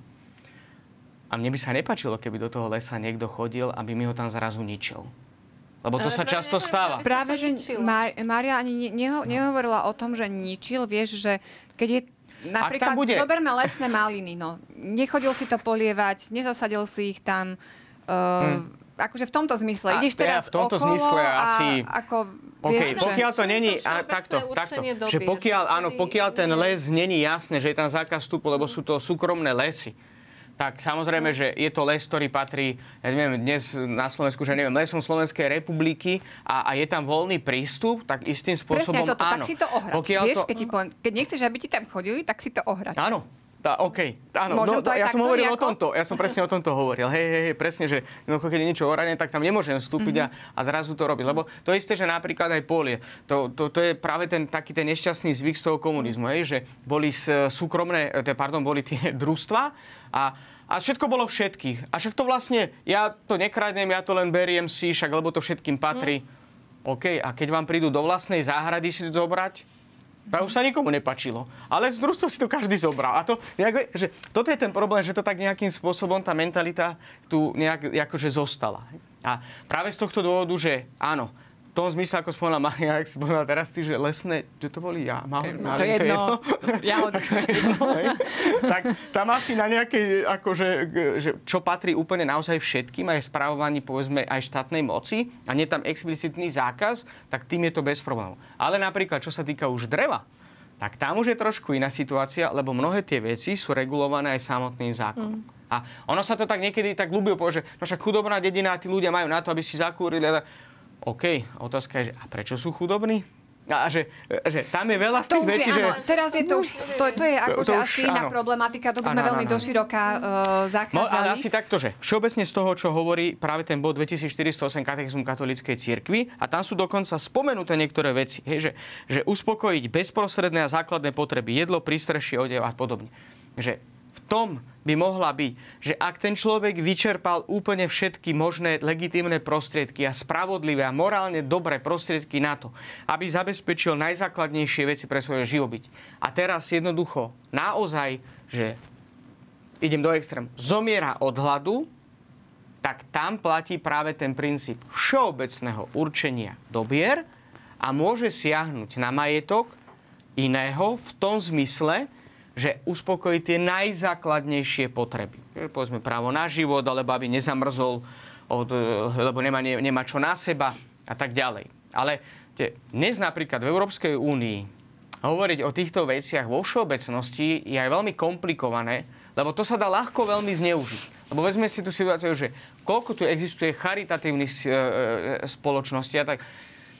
A mne by sa nepáčilo, keby do toho lesa niekto chodil, aby mi ho tam zrazu ničil. Lebo to sa často stáva. Práve, že Mária ani nehovorila o tom, že ničil. Vieš, že keď je napríklad, zoberme lesné maliny, nechodil si to polievať, nezasadil si ich tam... akože v tomto zmysle. Ideš teraz v tomto okolo zmysle asi... Pokiaľ to není... Takto. Že pokiaľ ten les není jasné, že je tam zákaz vstupu, lebo sú to súkromné lesy, tak samozrejme, že je to les, ktorý patrí, ja neviem, dnes na Slovensku, že neviem, lesom Slovenskej republiky a je tam voľný prístup, tak istým spôsobom presne toto, áno. Tak si to ohrať. Vieš, keď nechceš, aby ti tam chodili, tak si to ohrať. Áno. Áno, ja som hovoril o tomto. Ja som presne o tomto hovoril. Hej, presne, že keď je niečo ohradené, tak tam nemôžem vstúpiť a zrazu to robiť. Lebo to isté, že napríklad aj polie. To je práve taký ten nešťastný zvyk z toho komunizmu, že boli boli tie družstva a všetko bolo všetkých. A však to vlastne, ja to nekradnem, ja to len beriem si, však lebo to všetkým patrí. OK, a keď vám prídu do vlastnej záhrady si to zobrať, to už sa nikomu nepačilo. Ale z družstva si to každý zobral. A toto je ten problém, že to tak nejakým spôsobom tá mentalita tu nejak akože zostala. A práve z tohto dôvodu, že áno, v tom zmysle, ako spomínala Maria, ak si povedala teraz ty, že lesné, že to boli to je jedno. Tak tam asi na nejakej, akože, že čo patrí úplne naozaj všetkým, aj spravovaní, povedzme, aj štátnej moci, a nie tam explicitný zákaz, tak tým je to bez problémov. Ale napríklad, čo sa týka už dreva, tak tam už je trošku iná situácia, lebo mnohé tie veci sú regulované aj samotným zákonom. A ono sa to tak niekedy tak ľúbilo povedať, že no však chudobná dedina, tí ľudia majú na to, aby si zakúrili. OK, otázka je, že a prečo sú chudobní? A že tam je veľa z tých vecí, že... Teraz je to už, to je akože asi iná problematika, to by sme veľmi doširoka zachádzali. No, ale asi takto, že všeobecne z toho, čo hovorí práve ten bod 2408 Katechizmu katolíckej cirkvi, a tam sú dokonca spomenuté niektoré veci, že uspokojiť bezprostredné a základné potreby, jedlo, prístrešie, odev a podobne. Že v tom by mohla byť, že ak ten človek vyčerpal úplne všetky možné legitímne prostriedky a spravodlivé a morálne dobré prostriedky na to, aby zabezpečil najzákladnejšie veci pre svoje živobyť. A teraz jednoducho naozaj, že idem do extrému, zomiera od hladu, tak tam platí práve ten princíp všeobecného určenia dobier a môže siahnuť na majetok iného v tom zmysle, že uspokojí tie najzákladnejšie potreby. Povedzme právo na život, alebo aby nezamrzol, lebo nemá čo na seba a tak ďalej. Ale dnes napríklad v Európskej únii hovoriť o týchto veciach vo všeobecnosti je aj veľmi komplikované, lebo to sa dá ľahko veľmi zneužiť. Lebo vezme si tú situáciu, že koľko tu existuje charitatívnych spoločností a tak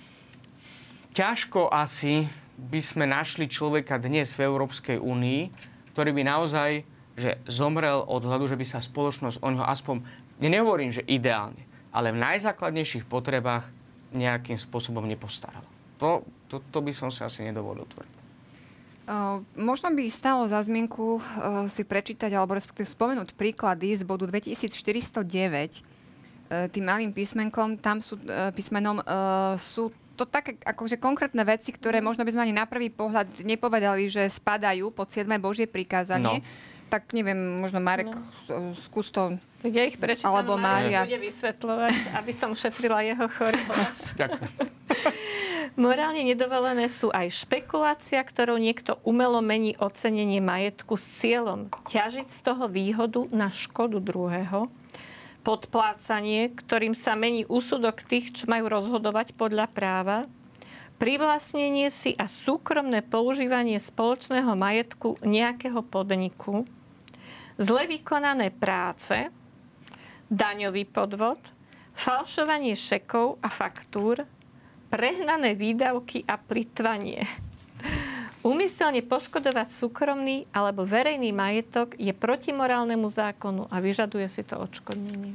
ťažko asi by sme našli človeka dnes v Európskej únii, ktorý by naozaj že zomrel od hladu, že by sa spoločnosť o ňoho aspoň, nehovorím, že ideálne, ale v najzákladnejších potrebách nejakým spôsobom nepostarala. To by som si asi nedovolil tvrdiť. Možno by stalo za zmienku si prečítať, alebo respektíve spomenúť príklady z bodu 2409, tým malým písmenkom, tam sú písmenom sú to také akože konkrétne veci, ktoré možno by sme ani na prvý pohľad nepovedali, že spadajú pod 7. Božie prikázanie. Tak neviem, možno Marek, skús to. Ja ich prečítam, alebo Mária bude vysvetľovať, aby som šetrila jeho chorý hlas. Ďakujem. Morálne nedovolené sú aj špekulácia, ktorou niekto umelo mení ocenenie majetku s cieľom ťažiť z toho výhodu na škodu druhého, podplácanie, ktorým sa mení úsudok tých, čo majú rozhodovať podľa práva, privlastnenie si a súkromné používanie spoločného majetku nejakého podniku, zle vykonané práce, daňový podvod, falšovanie šekov a faktúr, prehnané výdavky a plytvanie. Úmyselne poškodovať súkromný alebo verejný majetok je proti morálnemu zákonu a vyžaduje si to odškodnenie.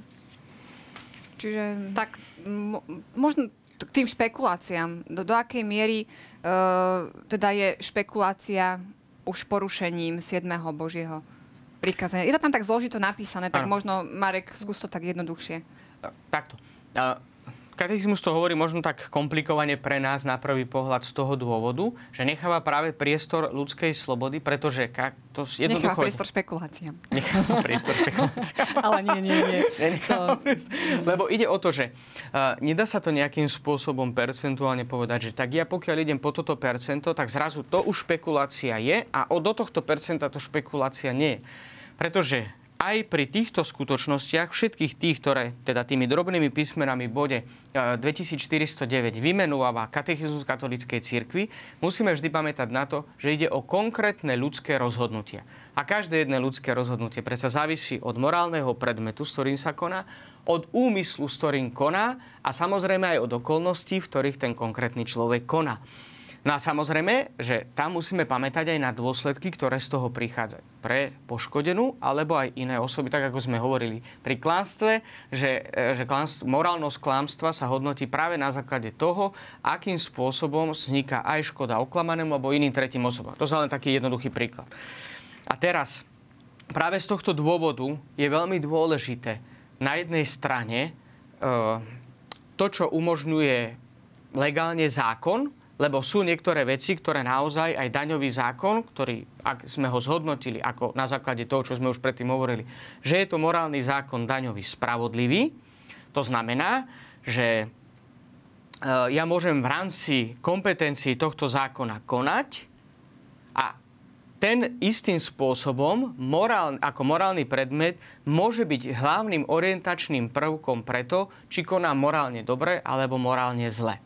Čiže tak možno k tým špekuláciám. Do akej miery teda je špekulácia už porušením 7. Božieho prikázania? Je to tam tak zložito napísané, tak možno, Marek, skús to tak jednoduchšie. Takto. Katechizmus to hovorí možno tak komplikovane pre nás na prvý pohľad z toho dôvodu, že necháva práve priestor ľudskej slobody, pretože to jednoducho... Necháva priestor špekuláciám. Necháva priestor špekuláciám. Ale nie. Lebo ide o to, že nedá sa to nejakým spôsobom percentuálne povedať, že tak ja pokiaľ idem po toto percento, tak zrazu to už špekulácia je a do tohto percenta to špekulácia nie je. Pretože aj pri týchto skutočnostiach, všetkých tých, ktoré teda tými drobnými písmenami v bode 2409 vymenúva Katechizmus katolíckej cirkvi, musíme vždy pamätať na to, že ide o konkrétne ľudské rozhodnutia. A každé jedné ľudské rozhodnutie predsa závisí od morálneho predmetu, s ktorým sa koná, od úmyslu, s ktorým koná a samozrejme aj od okolností, v ktorých ten konkrétny človek koná. No a samozrejme, že tam musíme pamätať aj na dôsledky, ktoré z toho prichádzajú pre poškodenú alebo aj iné osoby, tak ako sme hovorili pri klamstve, že morálnosť klamstva sa hodnotí práve na základe toho, akým spôsobom vzniká aj škoda oklamanému alebo iným tretím osobám. To je len taký jednoduchý príklad. A teraz, práve z tohto dôvodu je veľmi dôležité na jednej strane to, čo umožňuje legálne zákon, lebo sú niektoré veci, ktoré naozaj aj daňový zákon, ktorý, ak sme ho zhodnotili ako na základe toho, čo sme už predtým hovorili, že je to morálny zákon daňový spravodlivý, To znamená, že ja môžem v rámci kompetencií tohto zákona konať a ten istým spôsobom ako morálny predmet môže byť hlavným orientačným prvkom preto, či konám morálne dobre alebo morálne zle.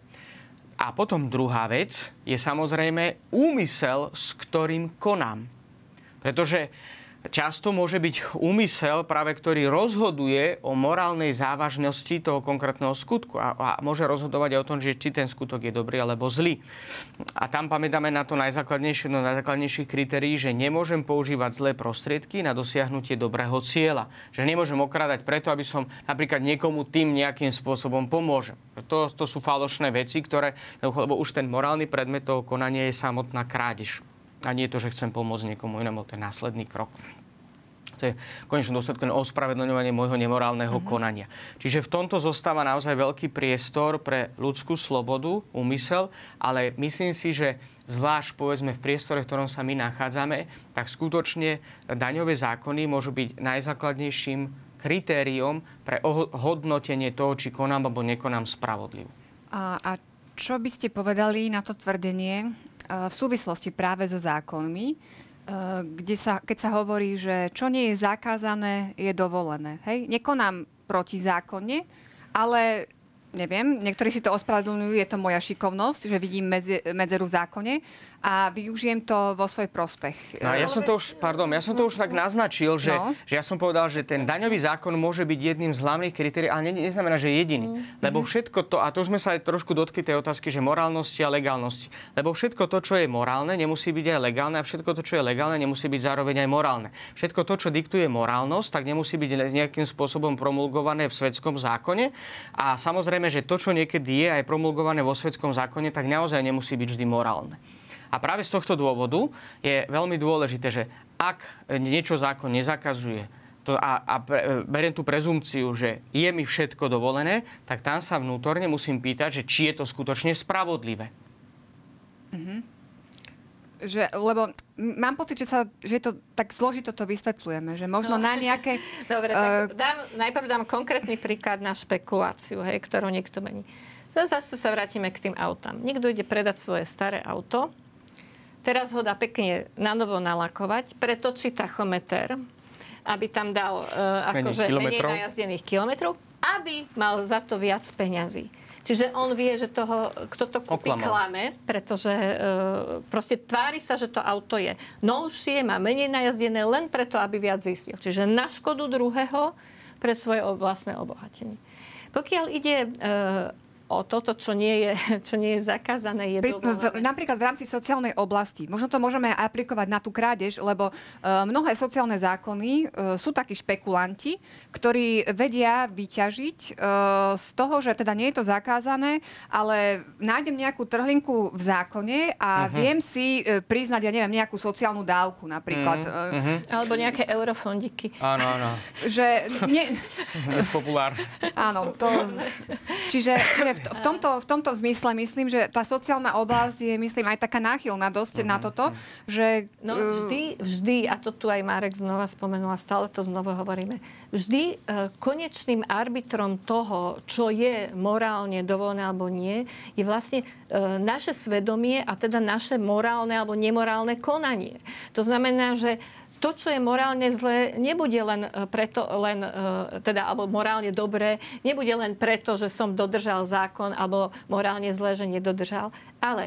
A potom druhá vec je samozrejme úmysel, s ktorým konám. Pretože často môže byť úmysel, práve ktorý rozhoduje o morálnej závažnosti toho konkrétneho skutku a môže rozhodovať aj o tom, že či ten skutok je dobrý alebo zlý. A tam pamätáme na to najzákladnejších kritérií, že nemôžem používať zlé prostriedky na dosiahnutie dobrého cieľa. Že nemôžem okrádať preto, aby som napríklad niekomu tým nejakým spôsobom pomôžem. To sú falošné veci, lebo už ten morálny predmet toho konania je samotná krádež. A nie to, že chcem pomôcť niekomu inému, to je následný krok. To je v konečnom dôsledku ospravedlňovanie môjho nemorálneho konania. Čiže v tomto zostáva naozaj veľký priestor pre ľudskú slobodu, úmysel, ale myslím si, že zvlášť povedzme v priestore, v ktorom sa my nachádzame, tak skutočne daňové zákony môžu byť najzákladnejším kritériom pre hodnotenie toho, či konám alebo nekonám spravodlivo. A čo by ste povedali na to tvrdenie v súvislosti práve so zákonmi, keď sa hovorí, že čo nie je zakázané, je dovolené. Hej? Nekonám protizákonne, ale neviem, niektorí si to ospravedlňujú, je to moja šikovnosť, že vidím medzeru v zákone a využijem to vo svoj prospech. No, ja som to už tak naznačil, že ja som povedal, že ten daňový zákon môže byť jedným z hlavných kritérií, ale neznamená, že je jediný. Lebo všetko to, a to už sme sa aj trošku dotkli tej otázky, že morálnosti a legálnosti. Lebo všetko to, čo je morálne, nemusí byť aj legálne a všetko to, čo je legálne, nemusí byť zároveň aj morálne. Všetko to, čo diktuje morálnosť, tak nemusí byť nejakým spôsobom promulgované v svetskom zákone. A samozrejme, že to, čo niekedy je aj promulgované vo svetskom zákone, tak naozaj nemusí byť vždy morálne. A práve z tohto dôvodu je veľmi dôležité, že ak niečo zákon nezakazuje beriem tú prezumciu, že je mi všetko dovolené, tak tam sa vnútorne musím pýtať, že či je to skutočne spravodlivé. Lebo mám pocit, že to tak zložito to vysvetľujeme, že možno na nejaké... Dobre, tak najprv dám konkrétny príklad na špekuláciu, ktorú niekto mení. Zase sa vrátime k tým autám. Niekto ide predať svoje staré auto, teraz ho dá pekne na novo nalakovať, pretočí tachometer, aby tam dal menej najazdených kilometrov, aby mal za to viac peňazí. Čiže on vie, že kto to kúpi, klame, pretože proste tvári sa, že to auto je novšie, má menej najazdené len preto, aby viac zistil. Čiže na škodu druhého pre svoje vlastné obohatenie. Pokiaľ ide o toto, čo nie je zakázané, je dovolené. Napríklad v rámci sociálnej oblasti. Možno to môžeme aplikovať na tú krádež, lebo mnohé sociálne zákony sú takí špekulanti, ktorí vedia vyťažiť z toho, že teda nie je to zakázané, ale nájdem nejakú trhlinku v zákone a viem si priznať, ja neviem, nejakú sociálnu dávku napríklad. Alebo nejaké eurofondiky. Áno. Že... Populár. Áno, čiže v tomto zmysle myslím, že tá sociálna oblasť je, myslím, aj taká náchylná dosť na toto, že... No vždy, a to tu aj Marek znova spomenul, stále to znova hovoríme, vždy konečným arbitrom toho, čo je morálne dovolené alebo nie, je vlastne naše svedomie a teda naše morálne alebo nemorálne konanie. To znamená, že to, čo je morálne zlé, nebude len preto, alebo morálne dobré, nebude len preto, že som dodržal zákon, alebo morálne zlé, že nedodržal, ale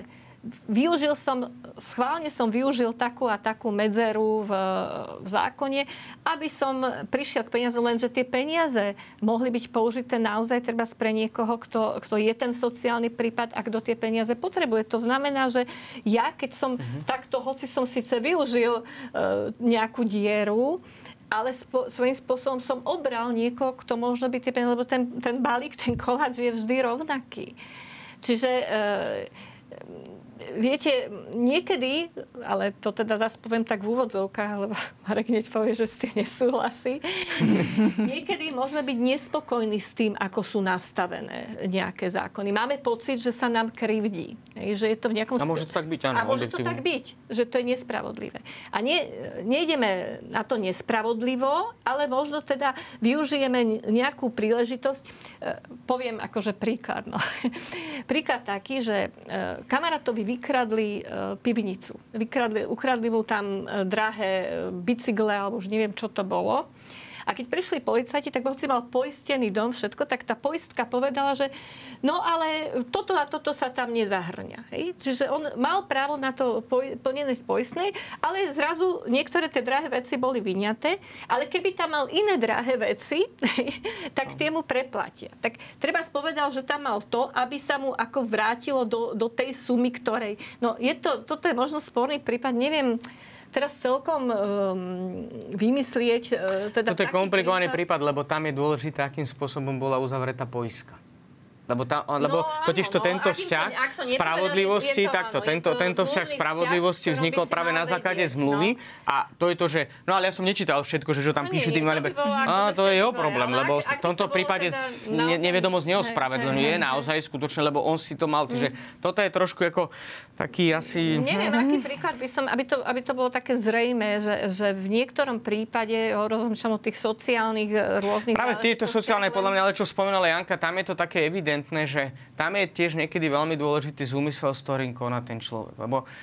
schválne som využil takú a takú medzeru v zákone, aby som prišiel k peniazu, lenže tie peniaze mohli byť použité naozaj treba pre niekoho, kto je ten sociálny prípad a kto tie peniaze potrebuje. To znamená, že ja, keď som takto, hoci som síce využil nejakú dieru, ale svojím spôsobom som obral niekoho, kto možno by tie peniaze, lebo ten balík, ten koláč je vždy rovnaký. Čiže Viete, niekedy, ale to teda zase poviem tak v úvodzovkách, lebo Marek hneď povie, že s tým nesúhlasí. Niekedy môžeme byť nespokojní s tým, ako sú nastavené nejaké zákony. Máme pocit, že sa nám krivdí. Že je to v nejakom... A môže to tak byť, áno. A môže to tak byť, že to je nespravodlivé. A nejdeme na to nespravodlivo, ale možno teda využijeme nejakú príležitosť. Poviem akože príklad. No. Príklad taký, že kamarátovi vykradli pivnicu. Ukradli mu tam drahé bicykle, alebo už neviem, čo to bolo. A keď prišli policajti, tak hoci mal poistený dom, všetko, tak tá poistka povedala, že no ale toto a toto sa tam nezahrňa. Hej? Čiže on mal právo na to plnené v poistnej, ale zrazu niektoré tie drahé veci boli vyňaté, ale keby tam mal iné drahé veci, tak tie mu preplatia. Tak treba spovedal, že tam mal to, aby sa mu ako vrátilo do tej sumy, ktorej... No toto je možno sporný prípad, neviem... Teraz celkom vymyslieť... Toto je komplikovaný prípad, lebo tam je dôležité, akým spôsobom bola uzavretá poistka. Lebo totižto tento vzťah spravodlivosti, tento vzťah spravodlivosti vznikol práve na základe zmluvy a to je to, že no ale ja som nečítal všetko, že tam píšu tým mali... to je jeho problém, lebo v tomto prípade nevedomosť neospravedlňuje naozaj skutočne, lebo on si to mal, že toto je trošku ako taký asi... Neviem, aký príklad by som, aby to bolo také zrejmé, že v niektorom prípade, rozhodnúčam o tých sociálnych rôznych... Práve v týchto sociálnej, podľa mňa, ale čo spomínala Janka, tam je to také evidentné, že tam je tiež niekedy veľmi dôležitý zúmysel, s ktorým koná ten človek.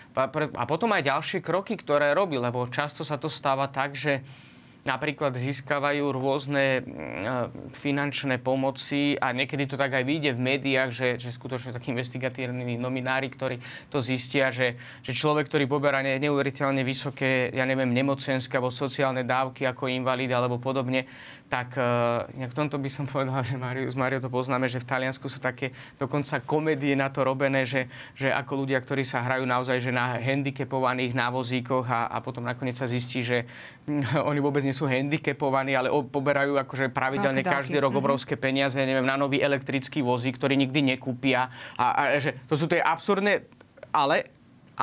A potom aj ďalšie kroky, ktoré robí, lebo často sa to stáva tak, že napríklad získavajú rôzne finančné pomoci a niekedy to tak aj vyjde v médiách, že skutočne takí investigatívni nominári, ktorí to zistia, že človek, ktorý poberá neuveriteľne vysoké, nemocenské alebo sociálne dávky ako invalid alebo podobne, tak v tomto by som povedal, že s Máriou to poznáme, že v Taliansku sú také dokonca komédie na to robené, že ako ľudia, ktorí sa hrajú naozaj že na handicapovaných návozíkoch a potom nakoniec sa zistí, že oni vôbec nie sú handicapovaní, ale poberajú akože pravidelne každý rok obrovské peniaze, na nový elektrický vozík, ktorý nikdy nekúpia. A že to sú tie absurdné, ale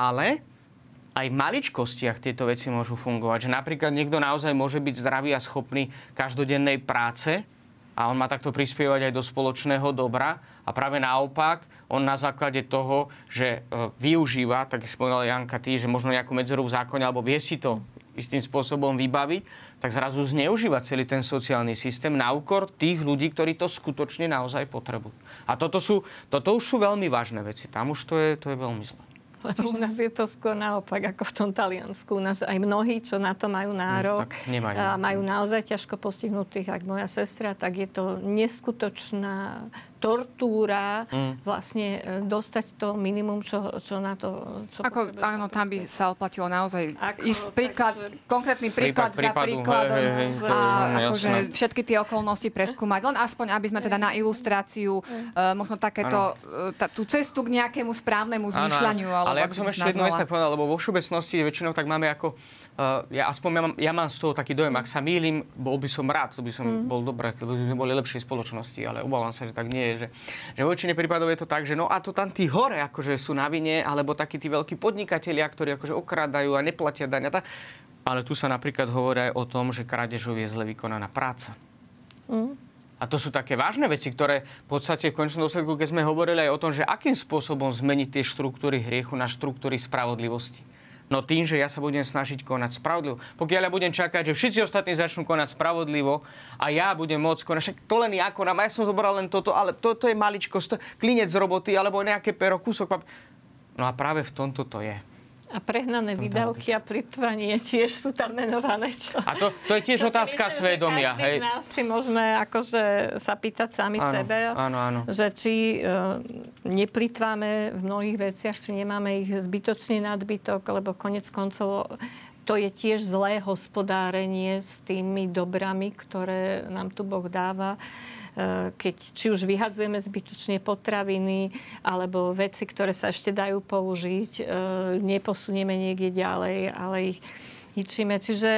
aj v maličkostiach tieto veci môžu fungovať. Že napríklad niekto naozaj môže byť zdravý a schopný každodennej práce a on má takto prispievať aj do spoločného dobra. A práve naopak, on na základe toho, že využíva, tak spomínala Janka, že možno nejakú medzeru v zákone, alebo vie si to istým spôsobom vybaviť, tak zrazu zneužíva celý ten sociálny systém na úkor tých ľudí, ktorí to skutočne naozaj potrebujú. A toto už sú veľmi vážne veci. Tam už to je veľmi zlé. Lebo u nás je to skôr naopak ako v tom Taliansku. U nás aj mnohí, čo na to majú nárok, majú naozaj ťažko postihnutých, ak moja sestra, tak je to neskutočná tortúra vlastne dostať to minimum, čo na to... Áno, tam by sa oplatilo naozaj konkrétny príklad za príkladom a akože všetky tie okolnosti preskúmať. Len aspoň, aby sme teda na ilustráciu možno takéto, tú cestu k nejakému správnemu zmýšľaniu. Ale ako som ešte jednu vec tak povedal, lebo vo všeobecnosti väčšinou tak máme ako... Ja mám z toho taký dojem, ak sa mýlim, bol by som rád, to by som bol dobré, lebo by sme boli lepšej spoločnosti, ale obávam sa, že tak nie je. Že vo väčšine prípadov je to tak, že no a to tam tí hore akože sú na vine, alebo takí tí veľkí podnikatelia, ktorí akože okrádajú a neplatia daň. Ale tu sa napríklad hovorí aj o tom, že krádežou je zle vykonaná práca. A to sú také vážne veci, ktoré v podstate v konečnom dôsledku, keď sme hovorili aj o tom, že akým spôsobom zmeniť tie štruktúry hriechu na štruktúry spravodlivosti. No tým, že ja sa budem snažiť konať spravodlivo. Pokiaľ ja budem čakať, že všetci ostatní začnú konať spravodlivo a ja budem môcť konať, však to len ja konám, ja som zobral len toto, ale to je maličkosť, klinec z roboty alebo nejaké pero, kúsok papíru. No a práve v tomto to je. A prehnané výdavky a plytvanie tiež sú tam menované. A to je tiež otázka svedomia. Každý z nás si môžeme akože sa pýtať sami sebe, že či neplýtvame v mnohých veciach, či nemáme ich zbytočný nadbytok, lebo konec koncov to je tiež zlé hospodárenie s tými dobrami, ktoré nám tu Boh dáva. Keď či už vyhadzujeme zbytočne potraviny alebo veci, ktoré sa ešte dajú použiť, neposunieme niekde ďalej, ale ich ničíme. Čiže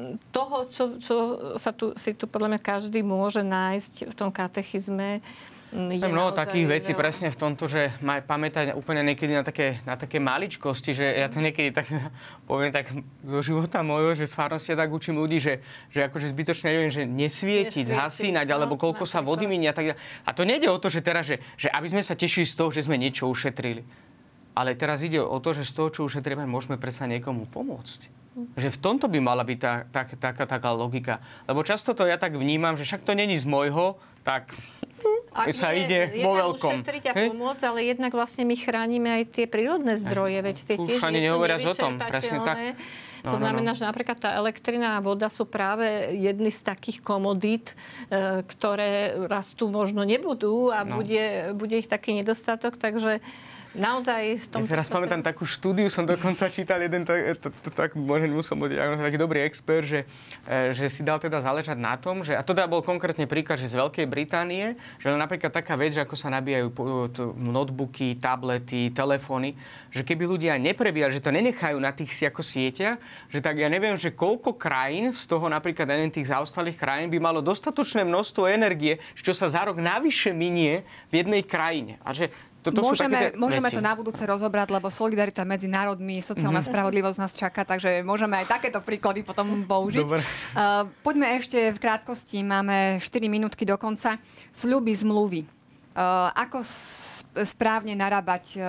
toho, čo si tu podľa mňa každý môže nájsť v tom katechizme, je mnoho naozaj takých vecí veľa. presne v tomto, že pamätať úplne niekedy na také maličkosti, že ja to niekedy tak poviem tak do života môjho, že z farnosti ja tak učím ľudí, že akože zbytočne neviem, že nesvietiť, zhasínať, alebo koľko sa vody minie a tak ďalej. A to nejde o to, že teraz, že aby sme sa tešili z toho, že sme niečo ušetrili. Ale teraz ide o to, že z toho, čo ušetríme, môžeme predsa niekomu pomôcť. Že v tomto by mala byť taká logika. Lebo často to ja tak vnímam, že však to není z môjho, tak sa ide vo veľkom. Ušetriť a pomôcť, ale jednak vlastne my chránime aj tie prírodné zdroje, veď tie tiež nie sú nevyčerpateľné. To znamená, že napríklad tá elektrina a voda sú práve jedny z takých komodít, ktoré rastú možno nebudú a bude ich taký nedostatok, takže naozaj v tom... Ja si raz pamätám takú štúdiu, som dokonca čítal jeden, tak musel byť taký dobrý expert, že si dal teda záležať na tom, že, a to bol konkrétne príklad, že z Veľkej Británie, že napríklad taká vec, že ako sa nabíjajú notebooky, tablety, telefóny, že keby ľudia neprebíjali, že to nenechajú na tých sieťach, že tak ja neviem, že koľko krajín, z toho napríklad jeden tých zaostalých krajín by malo dostatočné množstvo energie, čo sa za rok navyše minie v jednej krajine. A že môžeme to na budúce rozobrať, lebo solidarita medzi národmi, sociálna spravodlivosť nás čaká, takže môžeme aj takéto príklady potom použiť. Poďme ešte v krátkosti, máme 4 minútky do konca. Sľuby, zmluvy. Ako správne narábať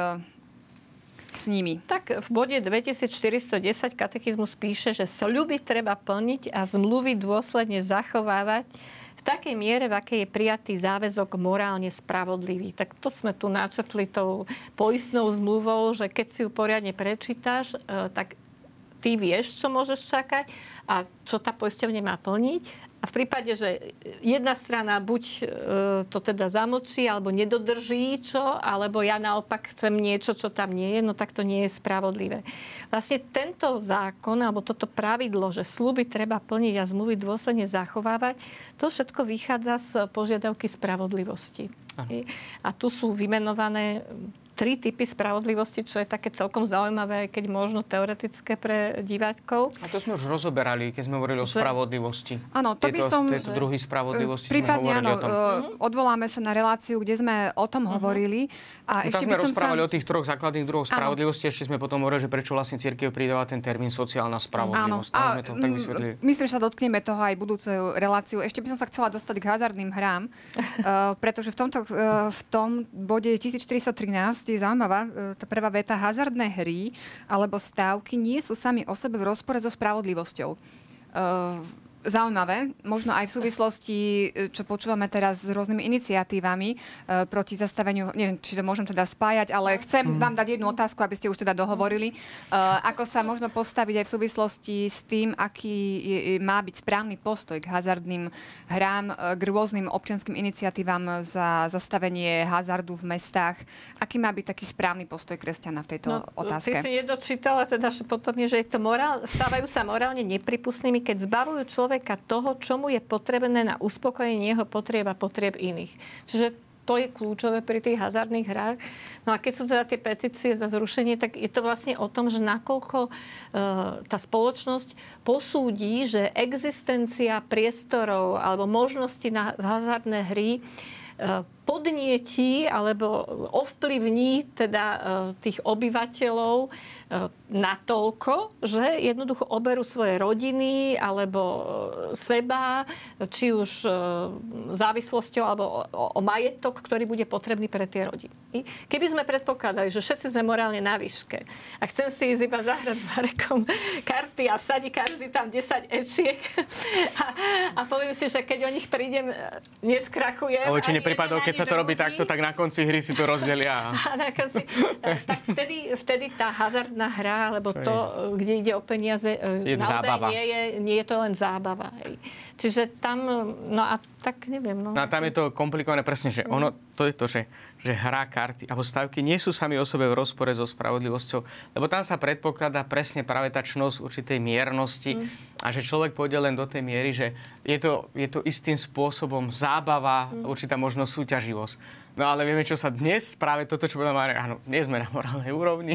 s nimi? Tak v bode 2410 katechizmus píše, že sľuby treba plniť a zmluvy dôsledne zachovávať v takej miere, v akej je prijatý záväzok morálne spravodlivý. Tak to sme tu načrtli tou poistnou zmluvou, že keď si ju poriadne prečítaš, tak ty vieš, čo môžeš čakať a čo tá poisťovňa má plniť. A v prípade, že jedna strana buď to teda zamlčí, alebo nedodrží čo, alebo ja naopak chcem niečo, čo tam nie je, no tak to nie je spravodlivé. Vlastne tento zákon, alebo toto pravidlo, že sľuby treba plniť a zmluvy dôsledne zachovávať, to všetko vychádza z požiadavky spravodlivosti. Aha. A tu sú vymenované 3 typy spravodlivosti, čo je také celkom zaujímavé, keď možno teoretické pre divákov. A to sme už rozoberali, keď sme hovorili o spravodlivosti. Áno, to by som... Tieto druhy spravodlivosti prípadne, sme hovorili o tom. Odvoláme sa na reláciu, kde sme o tom hovorili. A ešte sme rozprávali o tých 3 základných druhoch spravodlivosti. Ešte sme potom hovorili, že prečo vlastne cirkev pridáva ten termín sociálna spravodlivosť. Áno. A myslím, že sa dotkneme toho aj budúcu reláciu. Ešte by som sa chcela dostať k hazardným hrám, pretože v tom bode 1413 je zaujímavá tá prvá veta. Hazardné hry alebo stávky nie sú sami o sebe v rozpore so spravodlivosťou. Zaujímavé, možno aj v súvislosti, čo počúvame teraz s rôznymi iniciatívami proti zastaveniu, neviem, či to môžem teda spájať, ale chcem vám dať jednu otázku, aby ste už teda dohovorili. Ako sa možno postaviť aj v súvislosti s tým, aký má byť správny postoj k hazardným hrám, k rôznym občianskym iniciatívam za zastavenie hazardu v mestách. Aký má byť taký správny postoj kresťana v tejto otázke? Ty si nedočítala, teda, že potom je, že je to stávajú sa morálne nepripustnými, keď zbavujú človeka toho, čo mu je potrebné na uspokojenie jeho potrieb a potrieb iných. Čiže to je kľúčové pri tých hazardných hrách. No a keď sú teda tie petície za zrušenie, tak je to vlastne o tom, že nakoľko tá spoločnosť posúdi, že existencia priestorov alebo možnosti na hazardné hry podnietí alebo ovplyvní teda tých obyvateľov natoľko, že jednoducho oberú svoje rodiny alebo seba, či už závislosťou alebo o majetok, ktorý bude potrebný pre tie rodiny. Keby sme predpokladali, že všetci sme morálne na výške a chcem si ísť iba zahrať s Marekom karty a vsadí každý tam 10 ečiek a poviem si, že keď o nich prídem, neskrachujem. Ale či neprípadov, keď sa to robí takto, tak na konci hry si to rozdelia. Tak vtedy tá hazardná hra, alebo to, kde ide o peniaze, naozaj nie je to len zábava. Hej. Čiže tam, no a tak neviem. No a tam je to komplikované presne, že ono, to je to, že hra, karty alebo stavky nie sú sami o sebe v rozpore so spravodlivosťou, lebo tam sa predpokladá presne práve tá čnosť určitej miernosti a že človek pôjde len do tej miery, že je to istým spôsobom zábava, určitá možnosť súťaživosť. No ale vieme, čo sa dnes, práve toto, čo povedal Marek, áno, nie sme na morálnej úrovni.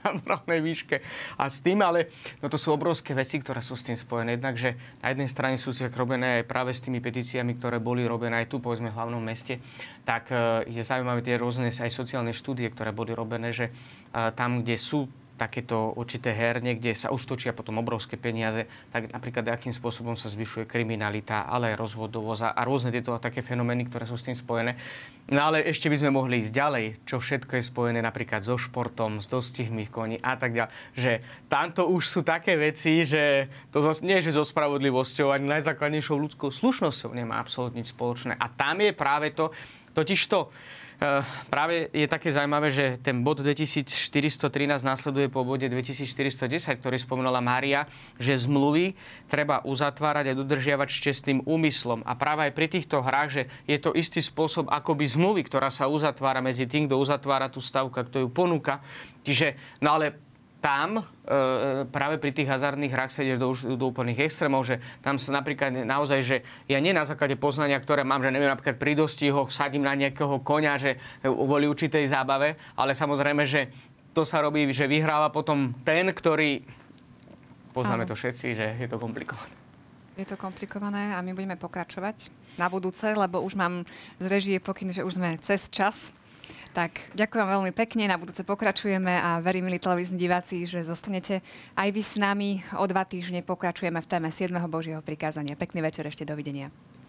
v rovnej výške. A s tým ale, no to sú obrovské veci, ktoré sú s tým spojené. Jednak, že na jednej strane sú však robené aj práve s tými petíciami, ktoré boli robené aj tu, povedzme, v hlavnom meste, tak je zaujímavé tie rôzne aj sociálne štúdie, ktoré boli robené, že tam, kde sú takéto určité herne, kde sa už točia potom obrovské peniaze, tak napríklad akým spôsobom sa zvyšuje kriminalita, ale aj rozvodovosť a rôzne tieto také fenomény, ktoré sú s tým spojené. No ale ešte by sme mohli ísť ďalej, čo všetko je spojené napríklad so športom, s dostihmi koní a tak ďalej. Že tamto už sú také veci, že to nie je, že so spravodlivosťou ani najzákladnejšou ľudskou slušnosťou nemá absolútne nič spoločné. A tam je práve to, totižto práve je také zaujímavé, že ten bod 2413 nasleduje po bode 2410, ktorý spomínala Mária, že zmluvy treba uzatvárať a dodržiavať s čestným úmyslom. A práve aj pri týchto hrách, že je to istý spôsob akoby zmluvy, ktorá sa uzatvára medzi tým, kto uzatvára tú stavku, kto ju ponúka. Čiže, no ale tam práve pri tých hazardných hrách sa ideš do úplných extrémov, že tam sa napríklad naozaj, že ja nie na základe poznania, ktoré mám, že neviem, napríklad pri dostihoch sadím na nejakého koňa, že kvôli určitej zábave, ale samozrejme, že to sa robí, že vyhráva potom ten, ktorý... Poznáme to všetci, že je to komplikované. Je to komplikované a my budeme pokračovať na budúce, lebo už mám z režie pokyn, že už sme cez čas. Tak, ďakujem veľmi pekne, na budúce pokračujeme a verím, milí televízni diváci, že zostanete aj vy s nami. O 2 týždne pokračujeme v téme 7. Božieho prikázania. Pekný večer, ešte dovidenia.